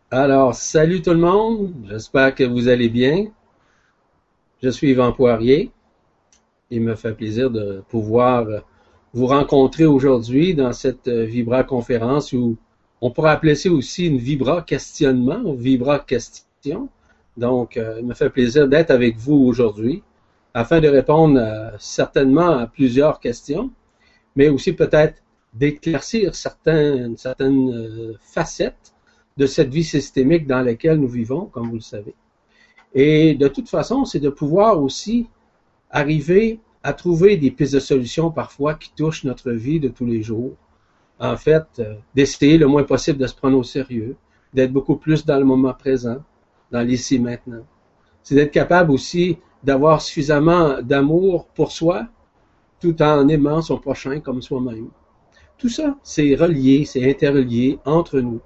Alors, salut tout le monde, j'espère que vous allez bien. Je suis Yvan Poirier. Il me fait plaisir de pouvoir vous rencontrer aujourd'hui dans cette Vibra conférence où on pourrait appeler ça aussi une Vibra questionnement ou Vibra question. Donc, il me fait plaisir d'être avec vous aujourd'hui afin de répondre certainement à plusieurs questions, mais aussi peut-être d'éclaircir certaines facettes de cette vie systémique dans laquelle nous vivons, comme vous le savez. Et de toute façon, c'est de pouvoir aussi arriver à trouver des pistes de solutions parfois qui touchent notre vie de tous les jours. En fait, d'essayer le moins possible de se prendre au sérieux, d'être beaucoup plus dans le moment présent, dans l'ici et maintenant. C'est d'être capable aussi d'avoir suffisamment d'amour pour soi, tout en aimant son prochain comme soi-même. Tout ça, c'est relié, c'est interrelié entre nous,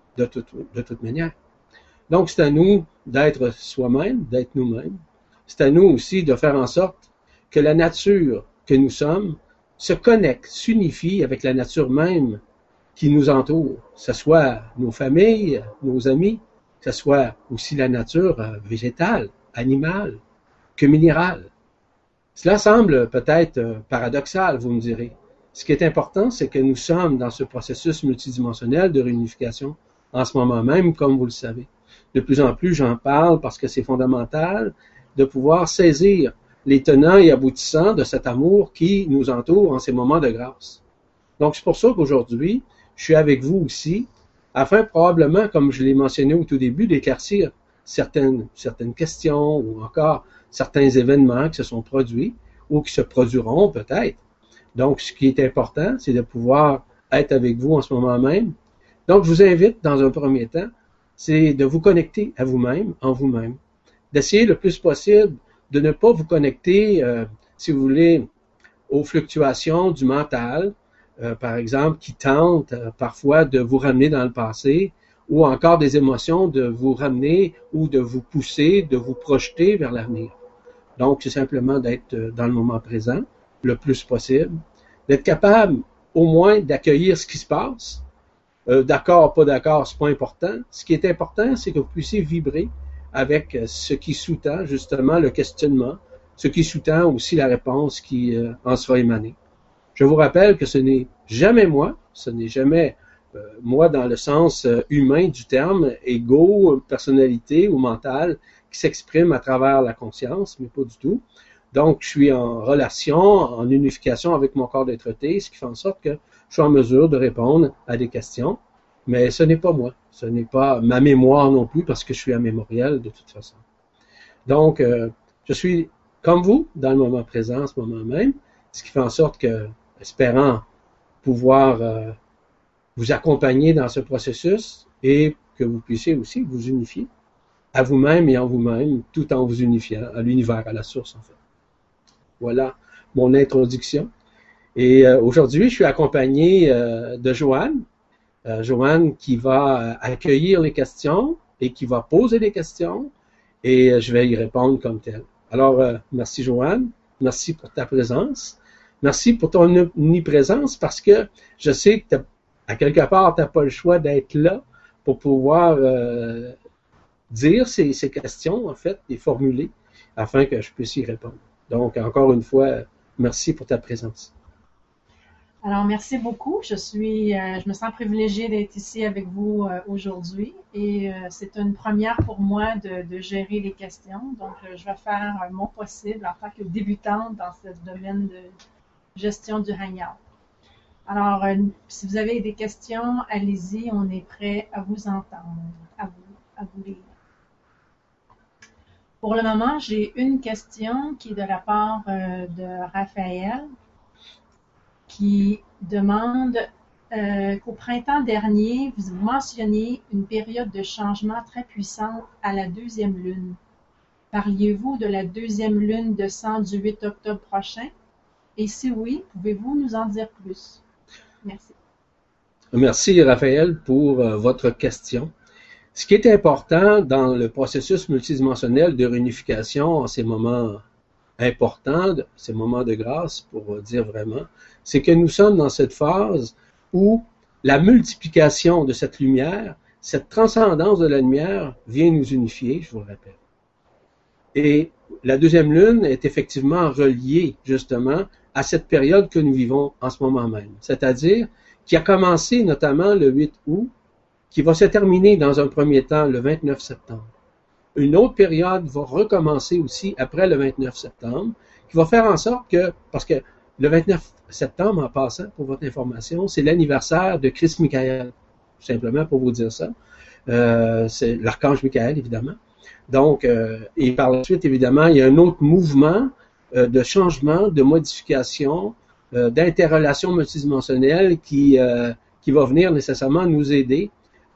de toute manière. Donc, c'est à nous d'être soi-même, d'être nous-mêmes. C'est à nous aussi de faire en sorte que la nature que nous sommes se connecte, s'unifie avec la nature même qui nous entoure, que ce soit nos familles, nos amis, que ce soit aussi la nature végétale, animale, que minérale. Cela semble peut-être paradoxal, vous me direz. Ce qui est important, c'est que nous sommes dans ce processus multidimensionnel de réunification en ce moment même, comme vous le savez. De plus en plus, j'en parle parce que c'est fondamental de pouvoir saisir les tenants et aboutissants de cet amour qui nous entoure en ces moments de grâce. Donc, c'est pour ça qu'aujourd'hui, je suis avec vous aussi, afin probablement, comme je l'ai mentionné au tout début, d'éclaircir certaines questions ou encore certains événements qui se sont produits ou qui se produiront peut-être. Donc, ce qui est important, c'est de pouvoir être avec vous en ce moment même. Donc, je vous invite, dans un premier temps, c'est de vous connecter à vous-même, en vous-même. D'essayer le plus possible de ne pas vous connecter, si vous voulez, aux fluctuations du mental, par exemple, qui tentent parfois de vous ramener dans le passé, ou encore des émotions de vous ramener ou de vous pousser, de vous projeter vers l'avenir. Donc, c'est simplement d'être dans le moment présent le plus possible, d'être capable au moins d'accueillir ce qui se passe. D'accord, pas d'accord, c'est pas important. Ce qui est important, c'est que vous puissiez vibrer avec ce qui sous-tend justement le questionnement, ce qui sous-tend aussi la réponse qui en sera émanée. Je vous rappelle que ce n'est jamais moi, ce n'est jamais moi dans le sens humain du terme, ego, personnalité ou mental, qui s'exprime à travers la conscience, mais pas du tout. Donc, je suis en relation, en unification avec mon corps d'être-té, ce qui fait en sorte que je suis en mesure de répondre à des questions, mais ce n'est pas moi, ce n'est pas ma mémoire non plus, parce que je suis amémoriel de toute façon. Donc, je suis comme vous, dans le moment présent, en ce moment même, ce qui fait en sorte que, espérant pouvoir vous accompagner dans ce processus et que vous puissiez aussi vous unifier à vous-même et en vous-même, tout en vous unifiant à l'univers, à la source, en fait. Voilà mon introduction. Et aujourd'hui, je suis accompagné de Joanne. Joanne qui va accueillir les questions et qui va poser les questions et je vais y répondre comme tel. Alors, merci Joanne, merci pour ta présence, merci pour ton omniprésence parce que je sais que à quelque part, tu n'as pas le choix d'être là pour pouvoir dire ces questions, en fait, et formuler afin que je puisse y répondre. Donc, encore une fois, merci pour ta présence. Alors, merci beaucoup. Je me sens privilégiée d'être ici avec vous aujourd'hui et c'est une première pour moi de gérer les questions. Donc, je vais faire mon possible en tant que débutante dans ce domaine de gestion du Hangout. Alors, si vous avez des questions, allez-y, on est prêt à vous entendre, à vous lire. Pour le moment, j'ai une question qui est de la part de Raphaël qui demande qu'au printemps dernier, vous mentionniez une période de changement très puissante à la deuxième lune. Parliez-vous de la deuxième lune de sang du 8 octobre prochain? Et si oui, pouvez-vous nous en dire plus? Merci. Merci Raphaël pour votre question. Ce qui est important dans le processus multidimensionnel de réunification en ces moments importants, ces moments de grâce, pour dire vraiment, c'est que nous sommes dans cette phase où la multiplication de cette lumière cette transcendance de la lumière vient nous unifier, je vous le rappelle. Et la deuxième lune est effectivement reliée justement à cette période que nous vivons en ce moment même. C'est-à-dire qui a commencé notamment le 8 août, qui va se terminer dans un premier temps le 29 septembre. Une autre période va recommencer aussi après le 29 septembre, qui va faire en sorte que, parce que le 29 septembre, en passant, pour votre information, c'est l'anniversaire de Christ Michael, tout simplement pour vous dire ça. C'est l'archange Michael, évidemment. Donc, et par la suite, évidemment, il y a un autre mouvement de changement, de modification, d'interrelation multidimensionnelle qui va venir nécessairement nous aider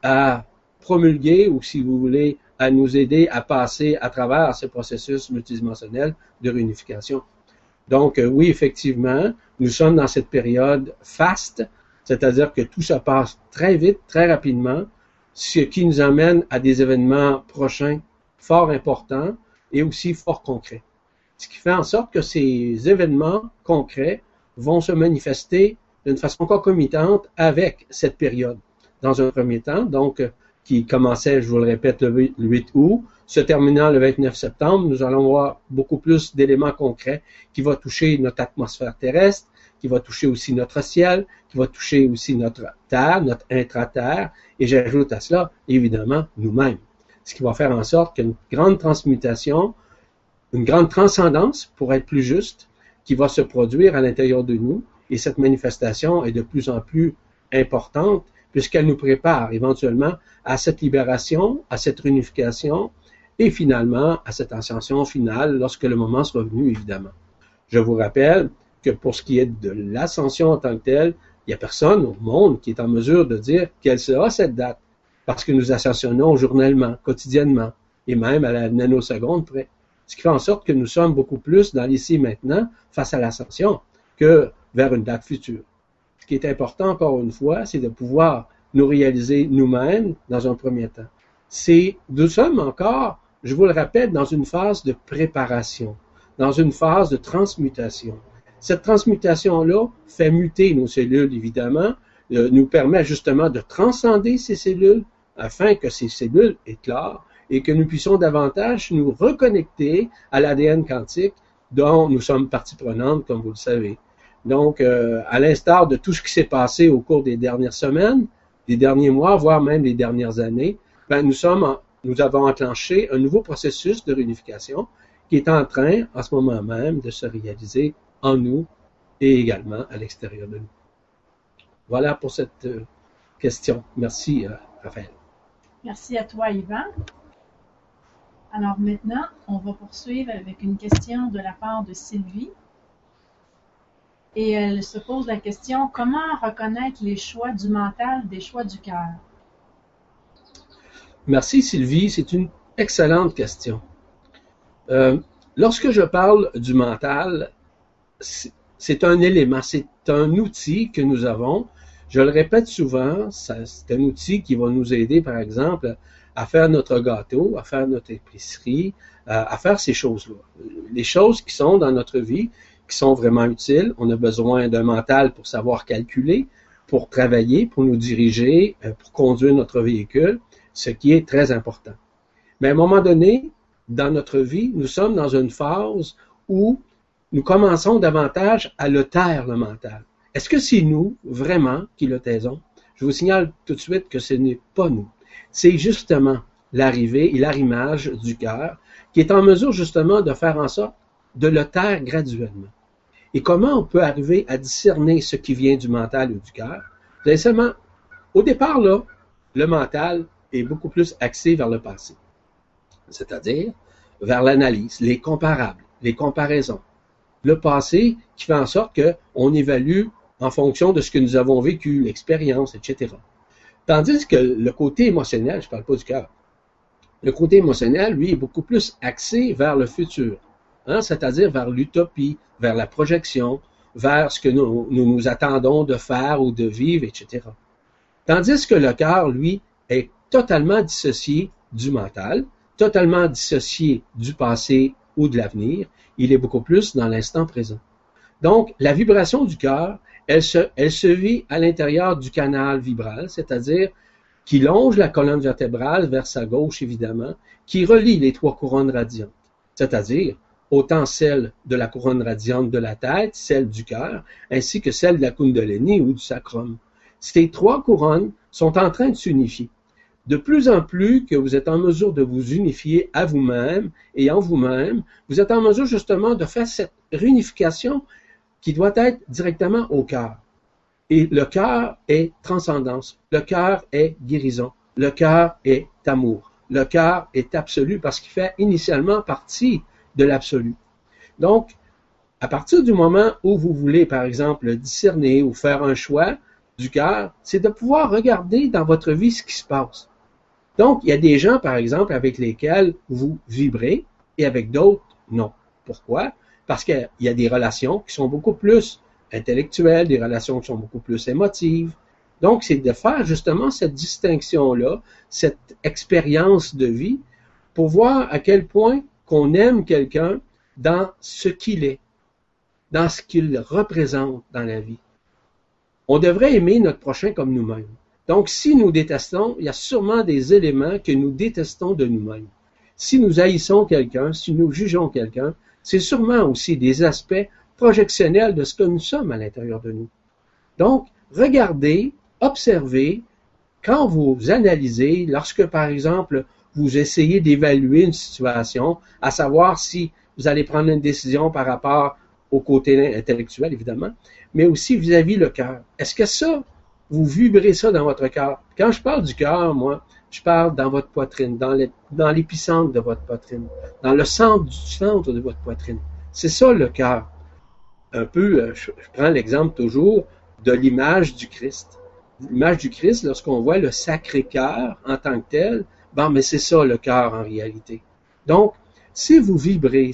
à promulguer, ou si vous voulez, à nous aider à passer à travers ce processus multidimensionnel de réunification. Donc, oui, effectivement, nous sommes dans cette période faste, c'est-à-dire que tout se passe très vite, très rapidement, ce qui nous amène à des événements prochains fort importants et aussi fort concrets. Ce qui fait en sorte que ces événements concrets vont se manifester d'une façon concomitante avec cette période. Dans un premier temps, donc, qui commençait, je vous le répète, le 8 août, se terminant le 29 septembre, nous allons voir beaucoup plus d'éléments concrets qui vont toucher notre atmosphère terrestre, qui va toucher aussi notre ciel, qui va toucher aussi notre terre, notre intra-terre, et j'ajoute à cela, évidemment, nous-mêmes. Ce qui va faire en sorte qu'une grande transmutation, une grande transcendance, pour être plus juste, qui va se produire à l'intérieur de nous, et cette manifestation est de plus en plus importante, puisqu'elle nous prépare éventuellement à cette libération, à cette réunification, et finalement à cette ascension finale lorsque le moment sera venu, évidemment. Je vous rappelle que pour ce qui est de l'ascension en tant que telle, il n'y a personne au monde qui est en mesure de dire quelle sera cette date, parce que nous ascensionnons journellement, quotidiennement, et même à la nanoseconde près. Ce qui fait en sorte que nous sommes beaucoup plus dans l'ici et maintenant face à l'ascension que vers une date future. Ce qui est important, encore une fois, c'est de pouvoir nous réaliser nous-mêmes dans un premier temps. Nous sommes encore, je vous le rappelle, dans une phase de préparation, dans une phase de transmutation. Cette transmutation-là fait muter nos cellules, évidemment, nous permet justement de transcender ces cellules afin que ces cellules éclairent et que nous puissions davantage nous reconnecter à l'ADN quantique dont nous sommes partie prenante, comme vous le savez. Donc, à l'instar de tout ce qui s'est passé au cours des dernières semaines, des derniers mois, voire même des dernières années, nous avons enclenché un nouveau processus de réunification qui est en train, en ce moment même, de se réaliser en nous et également à l'extérieur de nous. Voilà pour cette question. Merci, Raphaël. Merci à toi, Yvan. Alors maintenant, on va poursuivre avec une question de la part de Sylvie. Et elle se pose la question, comment reconnaître les choix du mental des choix du cœur? Merci Sylvie, c'est une excellente question. Lorsque je parle du mental, c'est un élément, c'est un outil que nous avons. Je le répète souvent, c'est un outil qui va nous aider, par exemple, à faire notre gâteau, à faire notre épicerie, à faire ces choses-là. Les choses qui sont dans notre vie, qui sont vraiment utiles. On a besoin d'un mental pour savoir calculer, pour travailler, pour nous diriger, pour conduire notre véhicule, ce qui est très important. Mais à un moment donné, dans notre vie, nous sommes dans une phase où nous commençons davantage à le taire, le mental. Est-ce que c'est nous, vraiment, qui le taisons? Je vous signale tout de suite que ce n'est pas nous. C'est justement l'arrivée et l'arrimage du cœur qui est en mesure justement de faire en sorte de le taire graduellement. Et comment on peut arriver à discerner ce qui vient du mental ou du cœur? Vous avez seulement, au départ, là, le mental est beaucoup plus axé vers le passé. C'est-à-dire vers l'analyse, les comparables, les comparaisons. Le passé qui fait en sorte qu'on évalue en fonction de ce que nous avons vécu, l'expérience, etc. Tandis que le côté émotionnel, je ne parle pas du cœur, le côté émotionnel, lui, est beaucoup plus axé vers le futur, c'est-à-dire vers l'utopie, vers la projection, vers ce que nous attendons de faire ou de vivre, etc. Tandis que le cœur, lui, est totalement dissocié du mental, totalement dissocié du passé ou de l'avenir, il est beaucoup plus dans l'instant présent. Donc, la vibration du cœur, elle se vit à l'intérieur du canal vibral, c'est-à-dire qui longe la colonne vertébrale vers sa gauche, évidemment, qui relie les 3 couronnes radiantes, c'est-à-dire autant celle de la couronne radiante de la tête, celle du cœur, ainsi que celle de la Kundalini ou du sacrum. Ces 3 couronnes sont en train de s'unifier. De plus en plus que vous êtes en mesure de vous unifier à vous-même et en vous-même, vous êtes en mesure justement de faire cette réunification qui doit être directement au cœur. Et le cœur est transcendance, le cœur est guérison, le cœur est amour, le cœur est absolu parce qu'il fait initialement partie de l'absolu. Donc, à partir du moment où vous voulez, par exemple, discerner ou faire un choix du cœur, c'est de pouvoir regarder dans votre vie ce qui se passe. Donc, il y a des gens, par exemple, avec lesquels vous vibrez et avec d'autres, non. Pourquoi? Parce qu'il y a des relations qui sont beaucoup plus intellectuelles, des relations qui sont beaucoup plus émotives. Donc, c'est de faire justement cette distinction-là, cette expérience de vie, pour voir à quel point qu'on aime quelqu'un dans ce qu'il est, dans ce qu'il représente dans la vie. On devrait aimer notre prochain comme nous-mêmes. Donc, si nous détestons, il y a sûrement des éléments que nous détestons de nous-mêmes. Si nous haïssons quelqu'un, si nous jugeons quelqu'un, c'est sûrement aussi des aspects projectionnels de ce que nous sommes à l'intérieur de nous. Donc, regardez, observez, quand vous analysez, lorsque, par exemple, vous essayez d'évaluer une situation, à savoir si vous allez prendre une décision par rapport au côté intellectuel, évidemment, mais aussi vis-à-vis le cœur. Est-ce que ça, vous vibrez ça dans votre cœur? Quand je parle du cœur, moi, je parle dans votre poitrine, dans l'épicentre de votre poitrine, dans le centre du centre de votre poitrine. C'est ça le cœur. Un peu, je prends l'exemple toujours de l'image du Christ. L'image du Christ, lorsqu'on voit le Sacré-Cœur en tant que tel, bon, mais c'est ça le cœur en réalité. Donc, si vous vibrez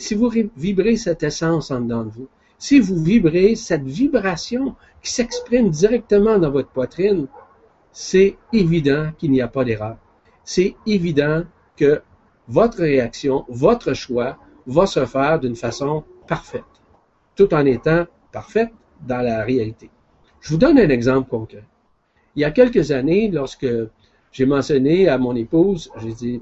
cette essence en dedans de vous, si vous vibrez cette vibration qui s'exprime directement dans votre poitrine, c'est évident qu'il n'y a pas d'erreur. C'est évident que votre réaction, votre choix va se faire d'une façon parfaite, tout en étant parfaite dans la réalité. Je vous donne un exemple concret. Il y a quelques années, lorsque j'ai mentionné à mon épouse, j'ai dit,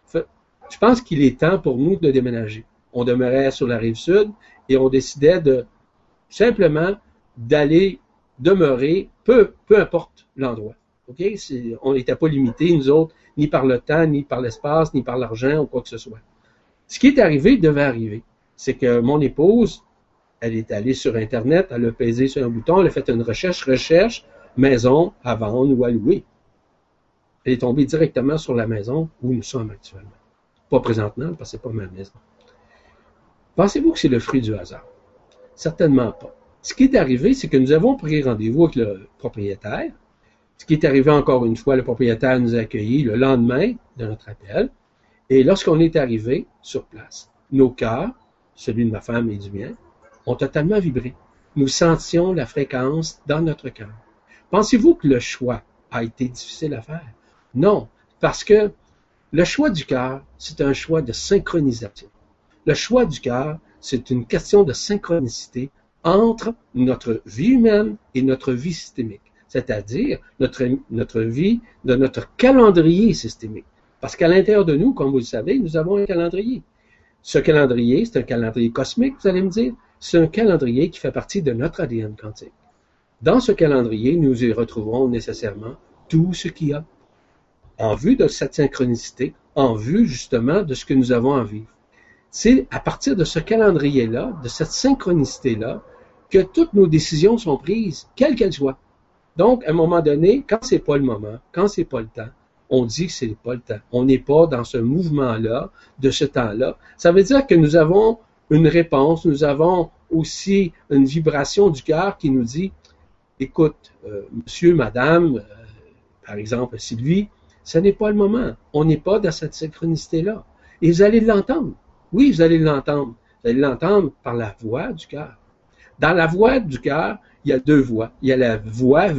je pense qu'il est temps pour nous de déménager. On demeurait sur la rive sud et on décidait de simplement d'aller demeurer, peu importe l'endroit. Okay? On n'était pas limité, nous autres, ni par le temps, ni par l'espace, ni par l'argent ou quoi que ce soit. Ce qui est arrivé devait arriver. C'est que mon épouse, elle est allée sur Internet, elle a pesé sur un bouton, elle a fait une recherche, maison à vendre ou à louer. Elle est tombée directement sur la maison où nous sommes actuellement. Pas présentement, parce que c'est pas ma maison. Pensez-vous que c'est le fruit du hasard? Certainement pas. Ce qui est arrivé, c'est que nous avons pris rendez-vous avec le propriétaire. Ce qui est arrivé encore une fois, le propriétaire nous a accueillis le lendemain de notre appel. Et lorsqu'on est arrivé sur place, nos cœurs, celui de ma femme et du mien, ont totalement vibré. Nous sentions la fréquence dans notre cœur. Pensez-vous que le choix a été difficile à faire? Non, parce que le choix du cœur, c'est un choix de synchronisation. Le choix du cœur, c'est une question de synchronicité entre notre vie humaine et notre vie systémique, c'est-à-dire notre vie de notre calendrier systémique. Parce qu'à l'intérieur de nous, comme vous le savez, nous avons un calendrier. Ce calendrier, c'est un calendrier cosmique, vous allez me dire. C'est un calendrier qui fait partie de notre ADN quantique. Dans ce calendrier, nous y retrouvons nécessairement tout ce qu'il y a en vue de cette synchronicité, en vue justement de ce que nous avons à vivre. C'est à partir de ce calendrier-là, de cette synchronicité-là, que toutes nos décisions sont prises, quelles qu'elles soient. Donc, à un moment donné, quand c'est pas le moment, quand c'est pas le temps, on dit que c'est pas le temps. On n'est pas dans ce mouvement-là, de ce temps-là. Ça veut dire que nous avons une réponse, nous avons aussi une vibration du cœur qui nous dit, écoute, monsieur, madame, par exemple, Sylvie, ce n'est pas le moment. On n'est pas dans cette synchronicité-là. Et vous allez l'entendre. Oui, vous allez l'entendre. Vous allez l'entendre par la voix du cœur. Dans la voix du cœur, il y a deux voix. Il y a la voix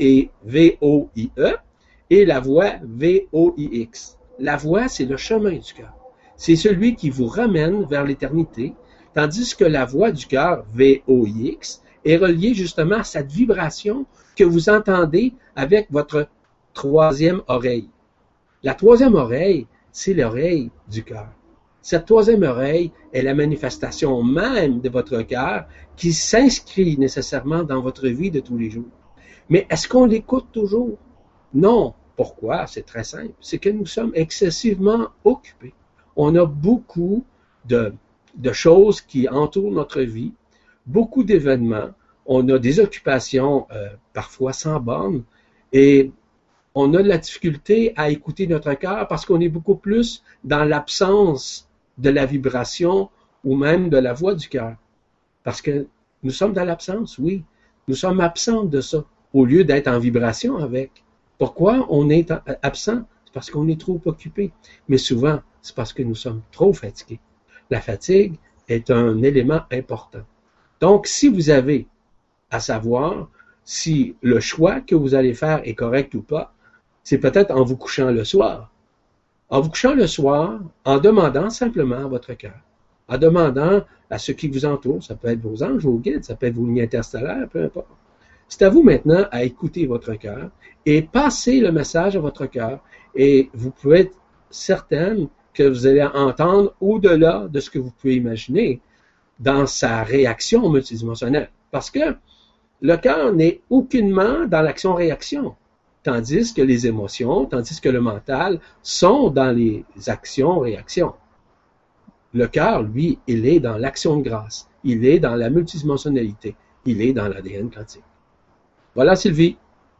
V-O-I-E et la voix V-O-I-X. La voix, c'est le chemin du cœur. C'est celui qui vous ramène vers l'éternité, tandis que la voix du cœur, V-O-I-X, est reliée justement à cette vibration que vous entendez avec votre troisième oreille. La troisième oreille, c'est l'oreille du cœur. Cette troisième oreille est la manifestation même de votre cœur qui s'inscrit nécessairement dans votre vie de tous les jours. Mais est-ce qu'on l'écoute toujours? Non. Pourquoi? C'est très simple. C'est que nous sommes excessivement occupés. On a beaucoup de choses qui entourent notre vie, beaucoup d'événements. On a des occupations parfois sans bornes et on a de la difficulté à écouter notre cœur parce qu'on est beaucoup plus dans l'absence de la vibration ou même de la voix du cœur. Parce que nous sommes dans l'absence, oui. Nous sommes absents de ça, au lieu d'être en vibration avec. Pourquoi on est absent? C'est parce qu'on est trop occupé. Mais souvent, c'est parce que nous sommes trop fatigués. La fatigue est un élément important. Donc, si vous avez à savoir si le choix que vous allez faire est correct ou pas, c'est peut-être en vous couchant le soir. En vous couchant le soir, en demandant simplement à votre cœur, en demandant à ceux qui vous entourent, ça peut être vos anges, vos guides, ça peut être vos lignes interstellaires, peu importe. C'est à vous maintenant à écouter votre cœur et passer le message à votre cœur et vous pouvez être certaine que vous allez entendre au-delà de ce que vous pouvez imaginer dans sa réaction multidimensionnelle. Parce que le cœur n'est aucunement dans l'action-réaction. Tandis que les émotions, tandis que le mental sont dans les actions-réactions. Le cœur, lui, il est dans l'action de grâce. Il est dans la multidimensionnalité. Il est dans l'ADN quantique. Voilà, Sylvie.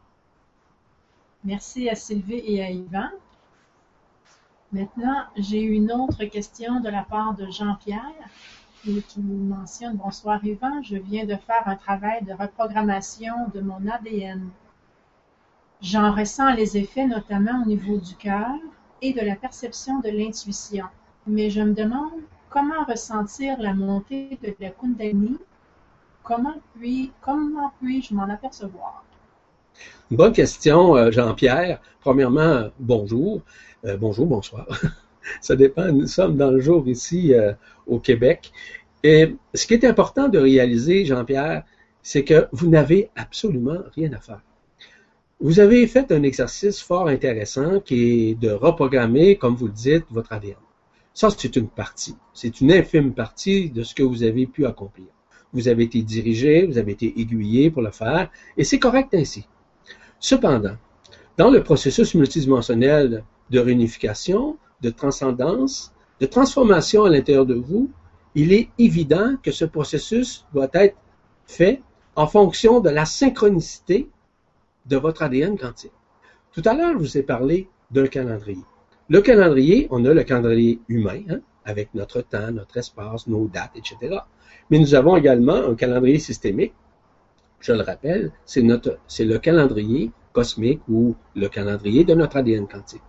Merci à Sylvie et à Yvan. Maintenant, j'ai une autre question de la part de Jean-Pierre qui nous mentionne: bonsoir Yvan, je viens de faire un travail de reprogrammation de mon ADN. J'en ressens les effets notamment au niveau du cœur et de la perception de l'intuition. Mais je me demande comment ressentir la montée de la Kundalini. Comment puis-je m'en apercevoir? Bonne question, Jean-Pierre. Premièrement, bonjour. Bonjour, bonsoir. Ça dépend, nous sommes dans le jour ici au Québec. Et ce qui est important de réaliser, Jean-Pierre, c'est que vous n'avez absolument rien à faire. Vous avez fait un exercice fort intéressant qui est de reprogrammer, comme vous le dites, votre ADN. Ça, c'est une partie. C'est une infime partie de ce que vous avez pu accomplir. Vous avez été dirigé, vous avez été aiguillé pour le faire, et c'est correct ainsi. Cependant, dans le processus multidimensionnel de réunification, de transcendance, de transformation à l'intérieur de vous, il est évident que ce processus doit être fait en fonction de la synchronicité de votre ADN quantique. Tout à l'heure, je vous ai parlé d'un calendrier. Le calendrier, on a le calendrier humain, avec notre temps, notre espace, nos dates, etc. Mais nous avons également un calendrier systémique. Je le rappelle, c'est le calendrier cosmique ou le calendrier de notre ADN quantique.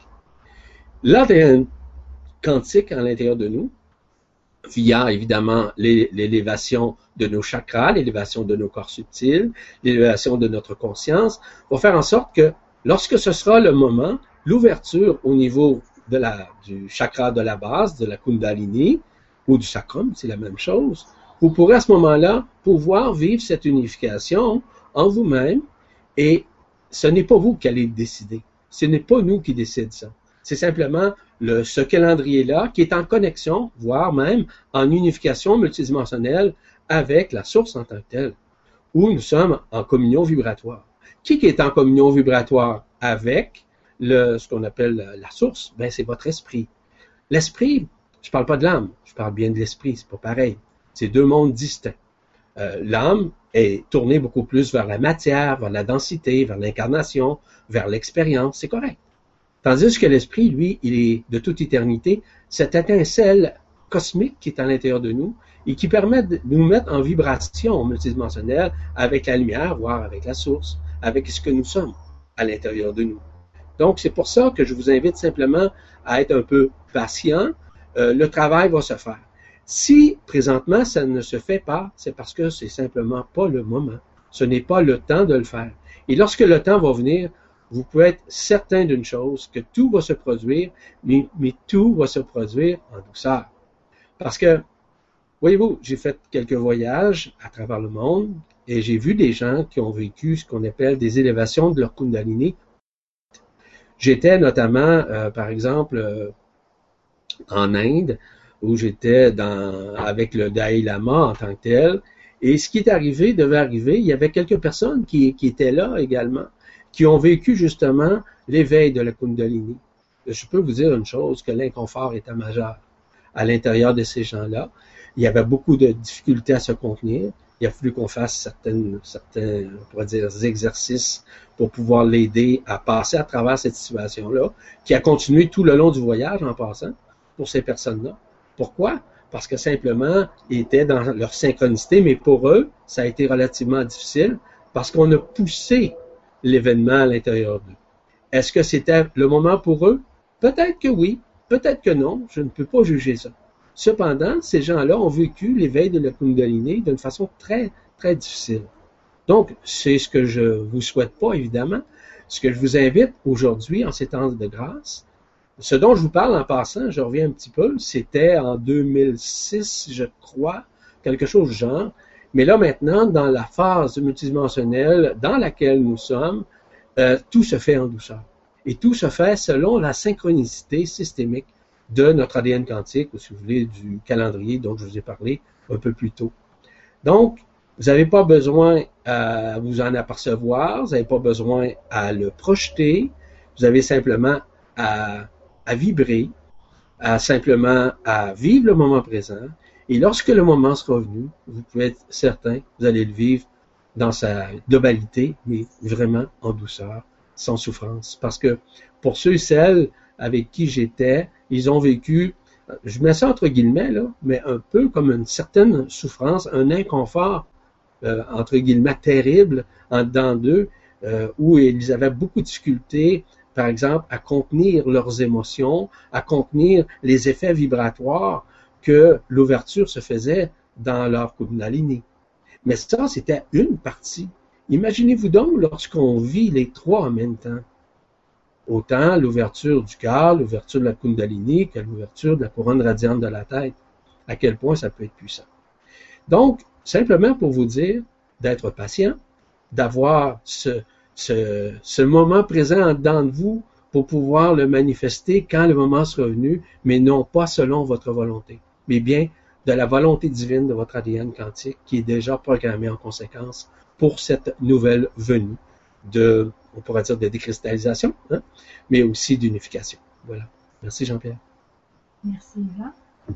L'ADN quantique à l'intérieur de nous, via évidemment l'élévation de nos chakras, l'élévation de nos corps subtils, l'élévation de notre conscience, va faire en sorte que lorsque ce sera le moment, l'ouverture au niveau du chakra de la base, de la Kundalini, ou du sacrum, c'est la même chose, vous pourrez à ce moment-là pouvoir vivre cette unification en vous-même, et ce n'est pas vous qui allez le décider. Ce n'est pas nous qui décidons ça. C'est simplement ce calendrier-là qui est en connexion, voire même en unification multidimensionnelle avec la source en tant que telle, où nous sommes en communion vibratoire. Qui est en communion vibratoire avec ce qu'on appelle la source? Ben, c'est votre esprit. L'esprit, je ne parle pas de l'âme, je parle bien de l'esprit, c'est pas pareil. C'est deux mondes distincts. L'âme est tournée beaucoup plus vers la matière, vers la densité, vers l'incarnation, vers l'expérience, c'est correct. Tandis que l'esprit, lui, il est de toute éternité, cette étincelle cosmique qui est à l'intérieur de nous et qui permet de nous mettre en vibration multidimensionnelle avec la lumière, voire avec la source, avec ce que nous sommes à l'intérieur de nous. Donc, c'est pour ça que je vous invite simplement à être un peu patient. Le travail va se faire. Si, présentement, ça ne se fait pas, c'est parce que c'est simplement pas le moment. Ce n'est pas le temps de le faire. Et lorsque le temps va venir, vous pouvez être certain d'une chose, que tout va se produire, mais tout va se produire en douceur. Parce que, voyez-vous, j'ai fait quelques voyages à travers le monde et j'ai vu des gens qui ont vécu ce qu'on appelle des élévations de leur Kundalini. J'étais notamment, par exemple, en Inde, où j'étais avec le Dalai Lama en tant que tel. Et ce qui est arrivé devait arriver. Il y avait quelques personnes qui étaient là également, qui ont vécu justement l'éveil de la Kundalini. Je peux vous dire une chose, que l'inconfort était majeur à l'intérieur de ces gens-là. Il y avait beaucoup de difficultés à se contenir. Il a fallu qu'on fasse certains, on pourrait dire, exercices pour pouvoir l'aider à passer à travers cette situation-là, qui a continué tout le long du voyage en passant pour ces personnes-là. Pourquoi? Parce que simplement, ils étaient dans leur synchronicité, mais pour eux, ça a été relativement difficile parce qu'on a poussé l'événement à l'intérieur d'eux. Est-ce que c'était le moment pour eux? Peut-être que oui, peut-être que non, je ne peux pas juger ça. Cependant, ces gens-là ont vécu l'éveil de la Kundalini d'une façon très, très difficile. Donc, c'est ce que je vous souhaite pas, évidemment. Ce que je vous invite aujourd'hui, en ces temps de grâce, ce dont je vous parle en passant, je reviens un petit peu, c'était en 2006, je crois, quelque chose du genre. Mais là, maintenant, dans la phase multidimensionnelle dans laquelle nous sommes, tout se fait en douceur. Et tout se fait selon la synchronicité systémique de notre ADN quantique, ou si vous voulez, du calendrier dont je vous ai parlé un peu plus tôt. Donc, vous n'avez pas besoin à vous en apercevoir, vous n'avez pas besoin à le projeter, vous avez simplement à vibrer, simplement à vivre le moment présent, et lorsque le moment sera venu, vous pouvez être certain que vous allez le vivre dans sa globalité, mais vraiment en douceur, sans souffrance. Parce que pour ceux et celles avec qui j'étais, ils ont vécu, je mets ça entre guillemets, là, mais un peu comme une certaine souffrance, un inconfort, entre guillemets, terrible en dedans d'eux, où ils avaient beaucoup de difficultés, par exemple, à contenir leurs émotions, à contenir les effets vibratoires que l'ouverture se faisait dans leur Kundalini. Mais ça, c'était une partie. Imaginez-vous donc lorsqu'on vit les trois en même temps. Autant l'ouverture du cœur, l'ouverture de la Kundalini, que l'ouverture de la couronne radiante de la tête. À quel point ça peut être puissant. Donc, simplement pour vous dire d'être patient, d'avoir ce moment présent en dedans de vous pour pouvoir le manifester quand le moment sera venu, mais non pas selon votre volonté, mais bien de la volonté divine de votre ADN quantique qui est déjà programmée en conséquence pour cette nouvelle venue de, on pourrait dire, de décristallisation, hein, mais aussi d'unification. Voilà. Merci Jean-Pierre. Merci Yvan.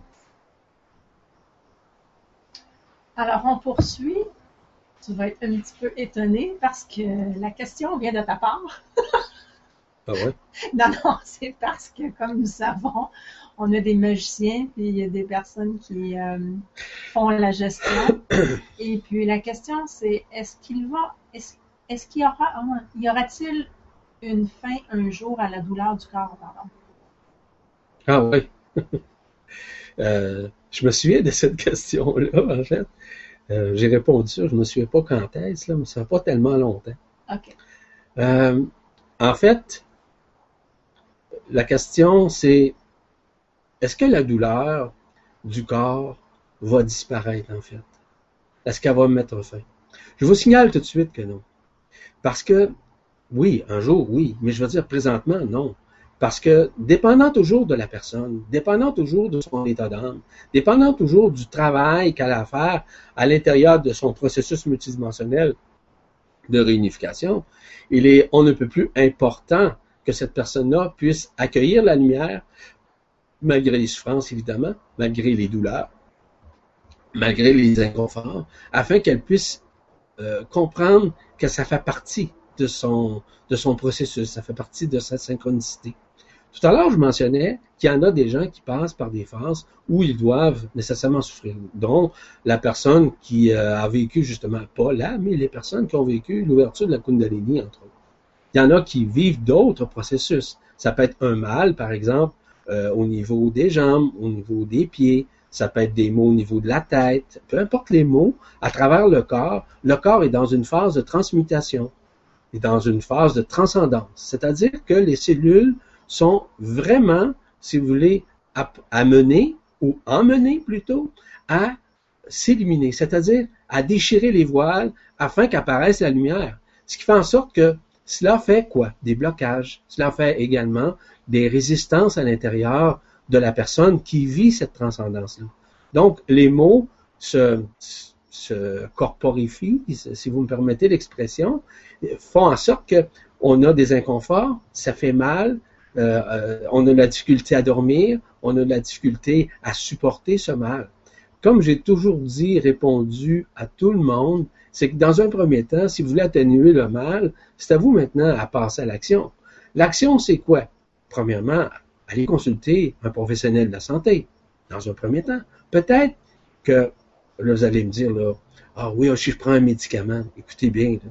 Alors, on poursuit. Tu vas être un petit peu étonné parce que la question vient de ta part. Ah ouais? Non, c'est parce que, comme nous savons, on a des magiciens, puis il y a des personnes qui font la gestion. Et puis la question, c'est est-ce qu'il y aura-t-il une fin un jour à la douleur du corps, pardon? Ah oui. Je me souviens de cette question-là, en fait. J'ai répondu ça, je ne me souviens pas quand est-ce, là, mais ça fait pas tellement longtemps. OK. En fait, la question, c'est est-ce que la douleur du corps va disparaître, en fait? Est-ce qu'elle va mettre fin? Je vous signale tout de suite que non. Parce que, oui, un jour, oui, mais je veux dire présentement, non. Parce que, dépendant toujours de la personne, dépendant toujours de son état d'âme, dépendant toujours du travail qu'elle a à faire à l'intérieur de son processus multidimensionnel de réunification, il est on ne peut plus important que cette personne-là puisse accueillir la lumière, malgré les souffrances, évidemment, malgré les douleurs, malgré les inconforts, afin qu'elle puisse comprendre que ça fait partie de son processus, ça fait partie de sa synchronicité. Tout à l'heure, je mentionnais qu'il y en a des gens qui passent par des phases où ils doivent nécessairement souffrir. Donc, la personne qui a vécu justement, pas là, mais les personnes qui ont vécu l'ouverture de la Kundalini, entre autres. Il y en a qui vivent d'autres processus. Ça peut être un mal, par exemple, au niveau des jambes, au niveau des pieds. Ça peut être des maux au niveau de la tête. Peu importe les maux, à travers le corps est dans une phase de transmutation et dans une phase de transcendance. C'est-à-dire que les cellules sont vraiment, si vous voulez, amenées, ou emmenées plutôt, à s'éliminer, c'est-à-dire à déchirer les voiles afin qu'apparaisse la lumière. Ce qui fait en sorte que cela fait quoi? Des blocages. Cela fait également des résistances à l'intérieur de la personne qui vit cette transcendance-là. Donc, les mots se corporifient, si vous me permettez l'expression, font en sorte que on a des inconforts, ça fait mal, on a de la difficulté à dormir, on a de la difficulté à supporter ce mal. Comme j'ai toujours dit, répondu à tout le monde, c'est que dans un premier temps, si vous voulez atténuer le mal, c'est à vous maintenant à passer à l'action. L'action, c'est quoi? Premièrement, aller consulter un professionnel de la santé, dans un premier temps. Peut-être que, là, vous allez me dire, là, ah oui, si je prends un médicament, écoutez bien, là,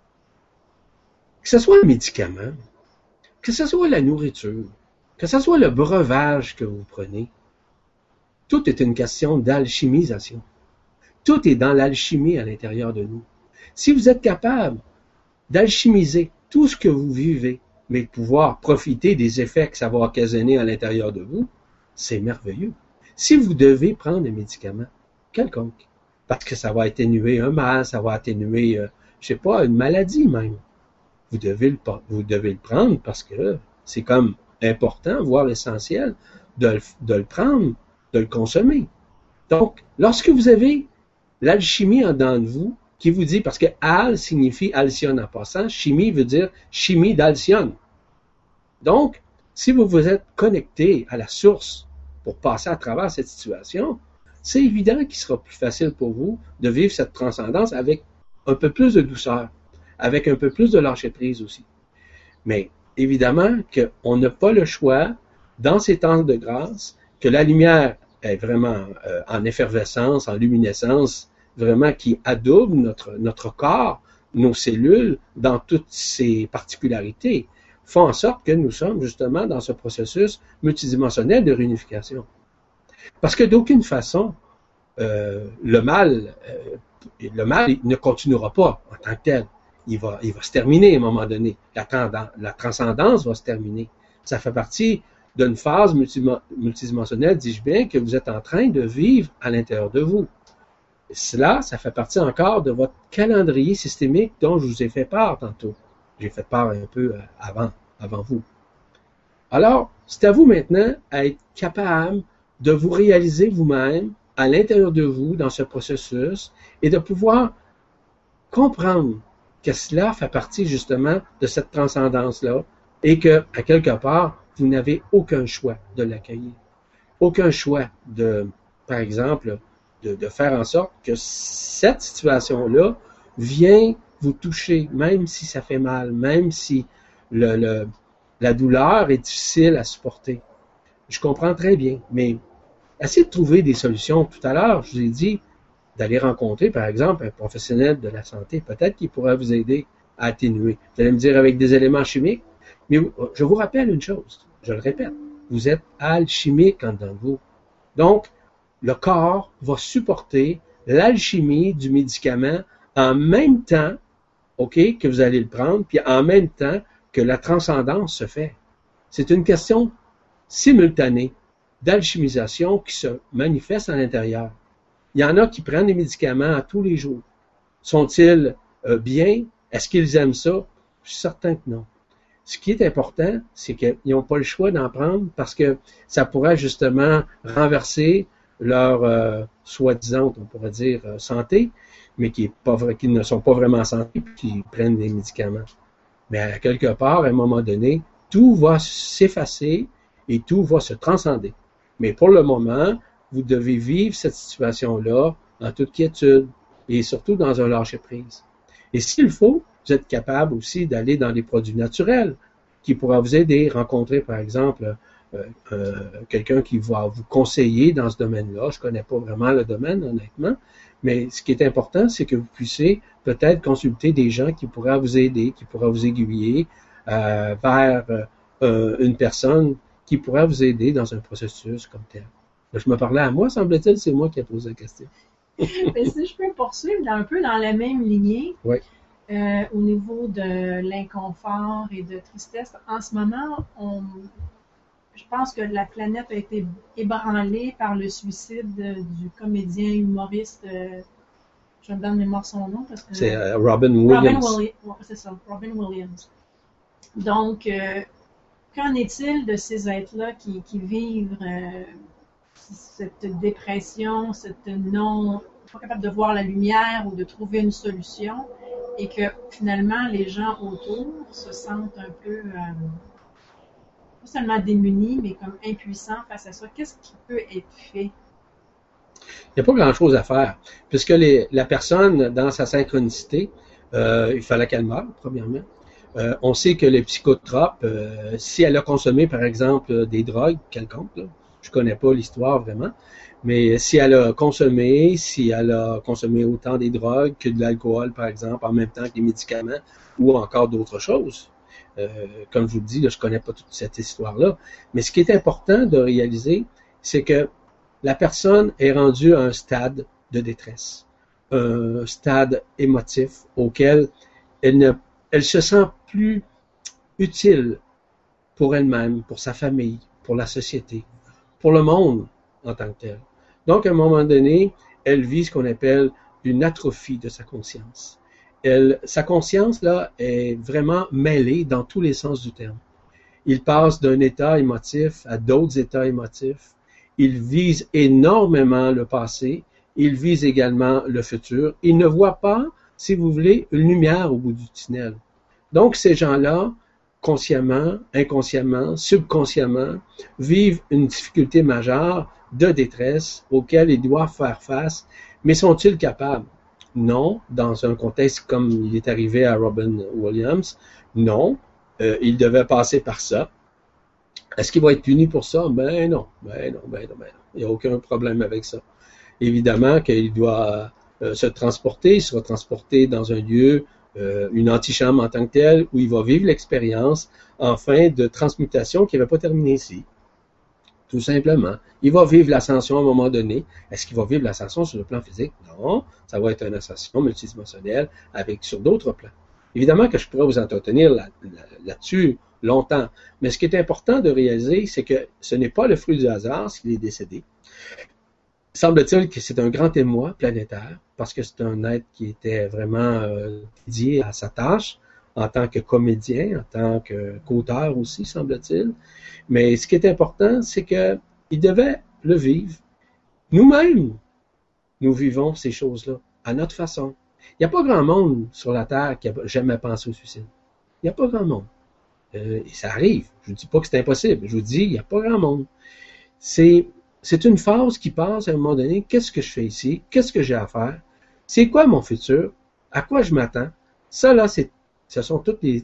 que ce soit un médicament, que ce soit la nourriture, que ce soit le breuvage que vous prenez, tout est une question d'alchimisation. Tout est dans l'alchimie à l'intérieur de nous. Si vous êtes capable d'alchimiser tout ce que vous vivez, mais de pouvoir profiter des effets que ça va occasionner à l'intérieur de vous, c'est merveilleux. Si vous devez prendre un médicament quelconque, parce que ça va atténuer un mal, ça va atténuer, je sais pas, une maladie même, vous devez le prendre parce que c'est comme important, voire essentiel, de le prendre, de le consommer. Donc, lorsque vous avez l'alchimie en dedans de vous, qui vous dit, parce que al signifie alcyone en passant, chimie veut dire chimie d'alcyone. Donc, si vous vous êtes connecté à la source pour passer à travers cette situation, c'est évident qu'il sera plus facile pour vous de vivre cette transcendance avec un peu plus de douceur, avec un peu plus de lâcher-prise aussi. Mais évidemment qu'on n'a pas le choix, dans ces temps de grâce, que la lumière est vraiment en effervescence, en luminescence, vraiment qui adoube notre corps, nos cellules, dans toutes ces particularités, font en sorte que nous sommes justement dans ce processus multidimensionnel de réunification. Parce que d'aucune façon, le mal ne continuera pas en tant que tel. Il va se terminer à un moment donné. La transcendance va se terminer. Ça fait partie d'une phase multidimensionnelle, dis-je bien, que vous êtes en train de vivre à l'intérieur de vous. Cela, ça fait partie encore de votre calendrier systémique dont je vous ai fait part tantôt. J'ai fait part un peu avant vous. Alors, c'est à vous maintenant à être capable de vous réaliser vous-même à l'intérieur de vous dans ce processus et de pouvoir comprendre que cela fait partie justement de cette transcendance-là et que, à quelque part, vous n'avez aucun choix de l'accueillir. Aucun choix de, par exemple, de faire en sorte que cette situation-là vient vous toucher, même si ça fait mal, même si la douleur est difficile à supporter. Je comprends très bien, mais essayez de trouver des solutions. Tout à l'heure, je vous ai dit d'aller rencontrer, par exemple, un professionnel de la santé. Peut-être qu'il pourra vous aider à atténuer. Vous allez me dire avec des éléments chimiques, mais je vous rappelle une chose, je le répète, vous êtes alchimique en dedans de vous. Donc, le corps va supporter l'alchimie du médicament en même temps, OK, que vous allez le prendre, puis en même temps que la transcendance se fait. C'est une question simultanée d'alchimisation qui se manifeste à l'intérieur. Il y en a qui prennent des médicaments à tous les jours. Sont-ils bien? Est-ce qu'ils aiment ça? Je suis certain que non. Ce qui est important, c'est qu'ils n'ont pas le choix d'en prendre parce que ça pourrait justement renverser leur soi-disant, on pourrait dire, santé, mais qui ne sont pas vraiment en santé et qui prennent des médicaments. Mais à quelque part, à un moment donné, tout va s'effacer et tout va se transcender. Mais pour le moment, vous devez vivre cette situation-là en toute quiétude et surtout dans un lâcher-prise. Et s'il faut, vous êtes capable aussi d'aller dans les produits naturels qui pourra vous aider, rencontrer par exemple quelqu'un qui va vous conseiller dans ce domaine-là. Je ne connais pas vraiment le domaine, honnêtement, mais ce qui est important, c'est que vous puissiez peut-être consulter des gens qui pourraient vous aider, qui pourraient vous aiguiller vers une personne qui pourrait vous aider dans un processus comme tel. Là, je me parlais à moi, semble-t-il, c'est moi qui ai posé la question. Mais si je peux poursuivre un peu dans la même lignée, oui. Au niveau de l'inconfort et de tristesse, en ce moment, je pense que la planète a été ébranlée par le suicide du comédien humoriste, je me donne mémoire son nom. Parce que, c'est Robin Williams. C'est ça, Robin Williams. Donc, qu'en est-il de ces êtres-là qui vivent cette dépression, pas capable de voir la lumière ou de trouver une solution, et que finalement les gens autour se sentent un peu, pas seulement démunis, mais comme impuissants face à ça? Qu'est-ce qui peut être fait? Il n'y a pas grand-chose à faire, puisque la personne, dans sa synchronicité, il fallait qu'elle meure, premièrement. On sait que les psychotropes, si elle a consommé, par exemple, des drogues quelconques, là, je connais pas l'histoire vraiment, mais si elle a consommé autant des drogues que de l'alcool, par exemple, en même temps que les médicaments, ou encore d'autres choses, comme je vous le dis, là, je connais pas toute cette histoire-là, mais ce qui est important de réaliser, c'est que la personne est rendue à un stade de détresse, un stade émotif auquel elle se sent plus utile pour elle-même, pour sa famille, pour la société, pour le monde en tant que tel. Donc, à un moment donné, elle vit ce qu'on appelle une atrophie de sa conscience. Sa conscience, là, est vraiment mêlée dans tous les sens du terme. Il passe d'un état émotif à d'autres états émotifs. Il vise énormément le passé. Il vise également le futur. Il ne voit pas, si vous voulez, une lumière au bout du tunnel. Donc, ces gens-là, consciemment, inconsciemment, subconsciemment, vivent une difficulté majeure de détresse auquel ils doivent faire face. Mais sont-ils capables? Non. Dans un contexte comme il est arrivé à Robin Williams, non. Il devait passer par ça. Est-ce qu'il va être puni pour ça? Ben non. Il n'y a aucun problème avec ça. Évidemment qu'il doit se transporter. Il sera transporté dans un lieu, une antichambre en tant que telle, où il va vivre l'expérience en fin de transmutation qui n'avait pas terminé ici. Tout simplement. Il va vivre l'ascension à un moment donné. Est-ce qu'il va vivre l'ascension sur le plan physique? Non. Ça va être une ascension multidimensionnelle sur d'autres plans. Évidemment que je pourrais vous entretenir là-dessus longtemps. Mais ce qui est important de réaliser, c'est que ce n'est pas le fruit du hasard s'il est décédé. Semble-t-il que c'est un grand émoi planétaire, parce que c'est un être qui était vraiment dédié à sa tâche, en tant que comédien, en tant qu'auteur aussi, semble-t-il. Mais ce qui est important, c'est qu'il devait le vivre. Nous-mêmes, nous vivons ces choses-là, à notre façon. Il n'y a pas grand monde sur la Terre qui n'a jamais pensé au suicide. Il n'y a pas grand monde. Et ça arrive. Je ne dis pas que c'est impossible. Je vous dis, il n'y a pas grand monde. C'est une phase qui passe à un moment donné. Qu'est-ce que je fais ici? Qu'est-ce que j'ai à faire? C'est quoi mon futur? À quoi je m'attends? Ça, là, ce sont toutes les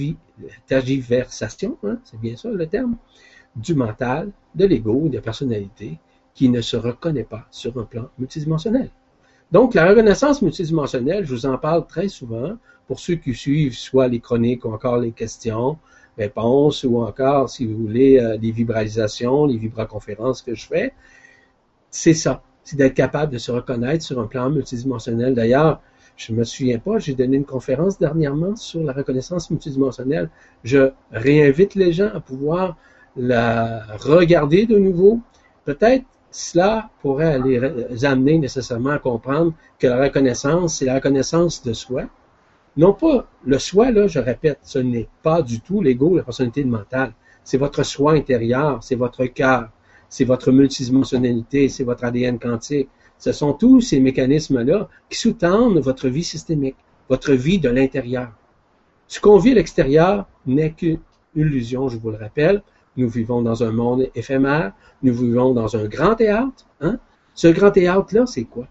tergiversations, hein? C'est bien ça le terme, du mental, de l'ego, de la personnalité, qui ne se reconnaît pas sur un plan multidimensionnel. Donc, la reconnaissance multidimensionnelle, je vous en parle très souvent, pour ceux qui suivent soit les chroniques ou encore les questions, réponses, ou encore, si vous voulez, les vibralisations, les vibraconférences que je fais. C'est ça, c'est d'être capable de se reconnaître sur un plan multidimensionnel. D'ailleurs, je ne me souviens pas, j'ai donné une conférence dernièrement sur la reconnaissance multidimensionnelle. Je réinvite les gens à pouvoir la regarder de nouveau. Peut-être cela pourrait les amener nécessairement à comprendre que la reconnaissance, c'est la reconnaissance de soi. Non pas le soi, là, je répète, ce n'est pas du tout l'ego, la personnalité mentale. C'est votre soi intérieur, c'est votre cœur, c'est votre multidimensionnalité, c'est votre ADN quantique. Ce sont tous ces mécanismes-là qui sous-tendent votre vie systémique, votre vie de l'intérieur. Ce qu'on vit à l'extérieur n'est qu'une illusion, je vous le rappelle. Nous vivons dans un monde éphémère, nous vivons dans un grand théâtre. Hein? Ce grand théâtre-là, c'est quoi?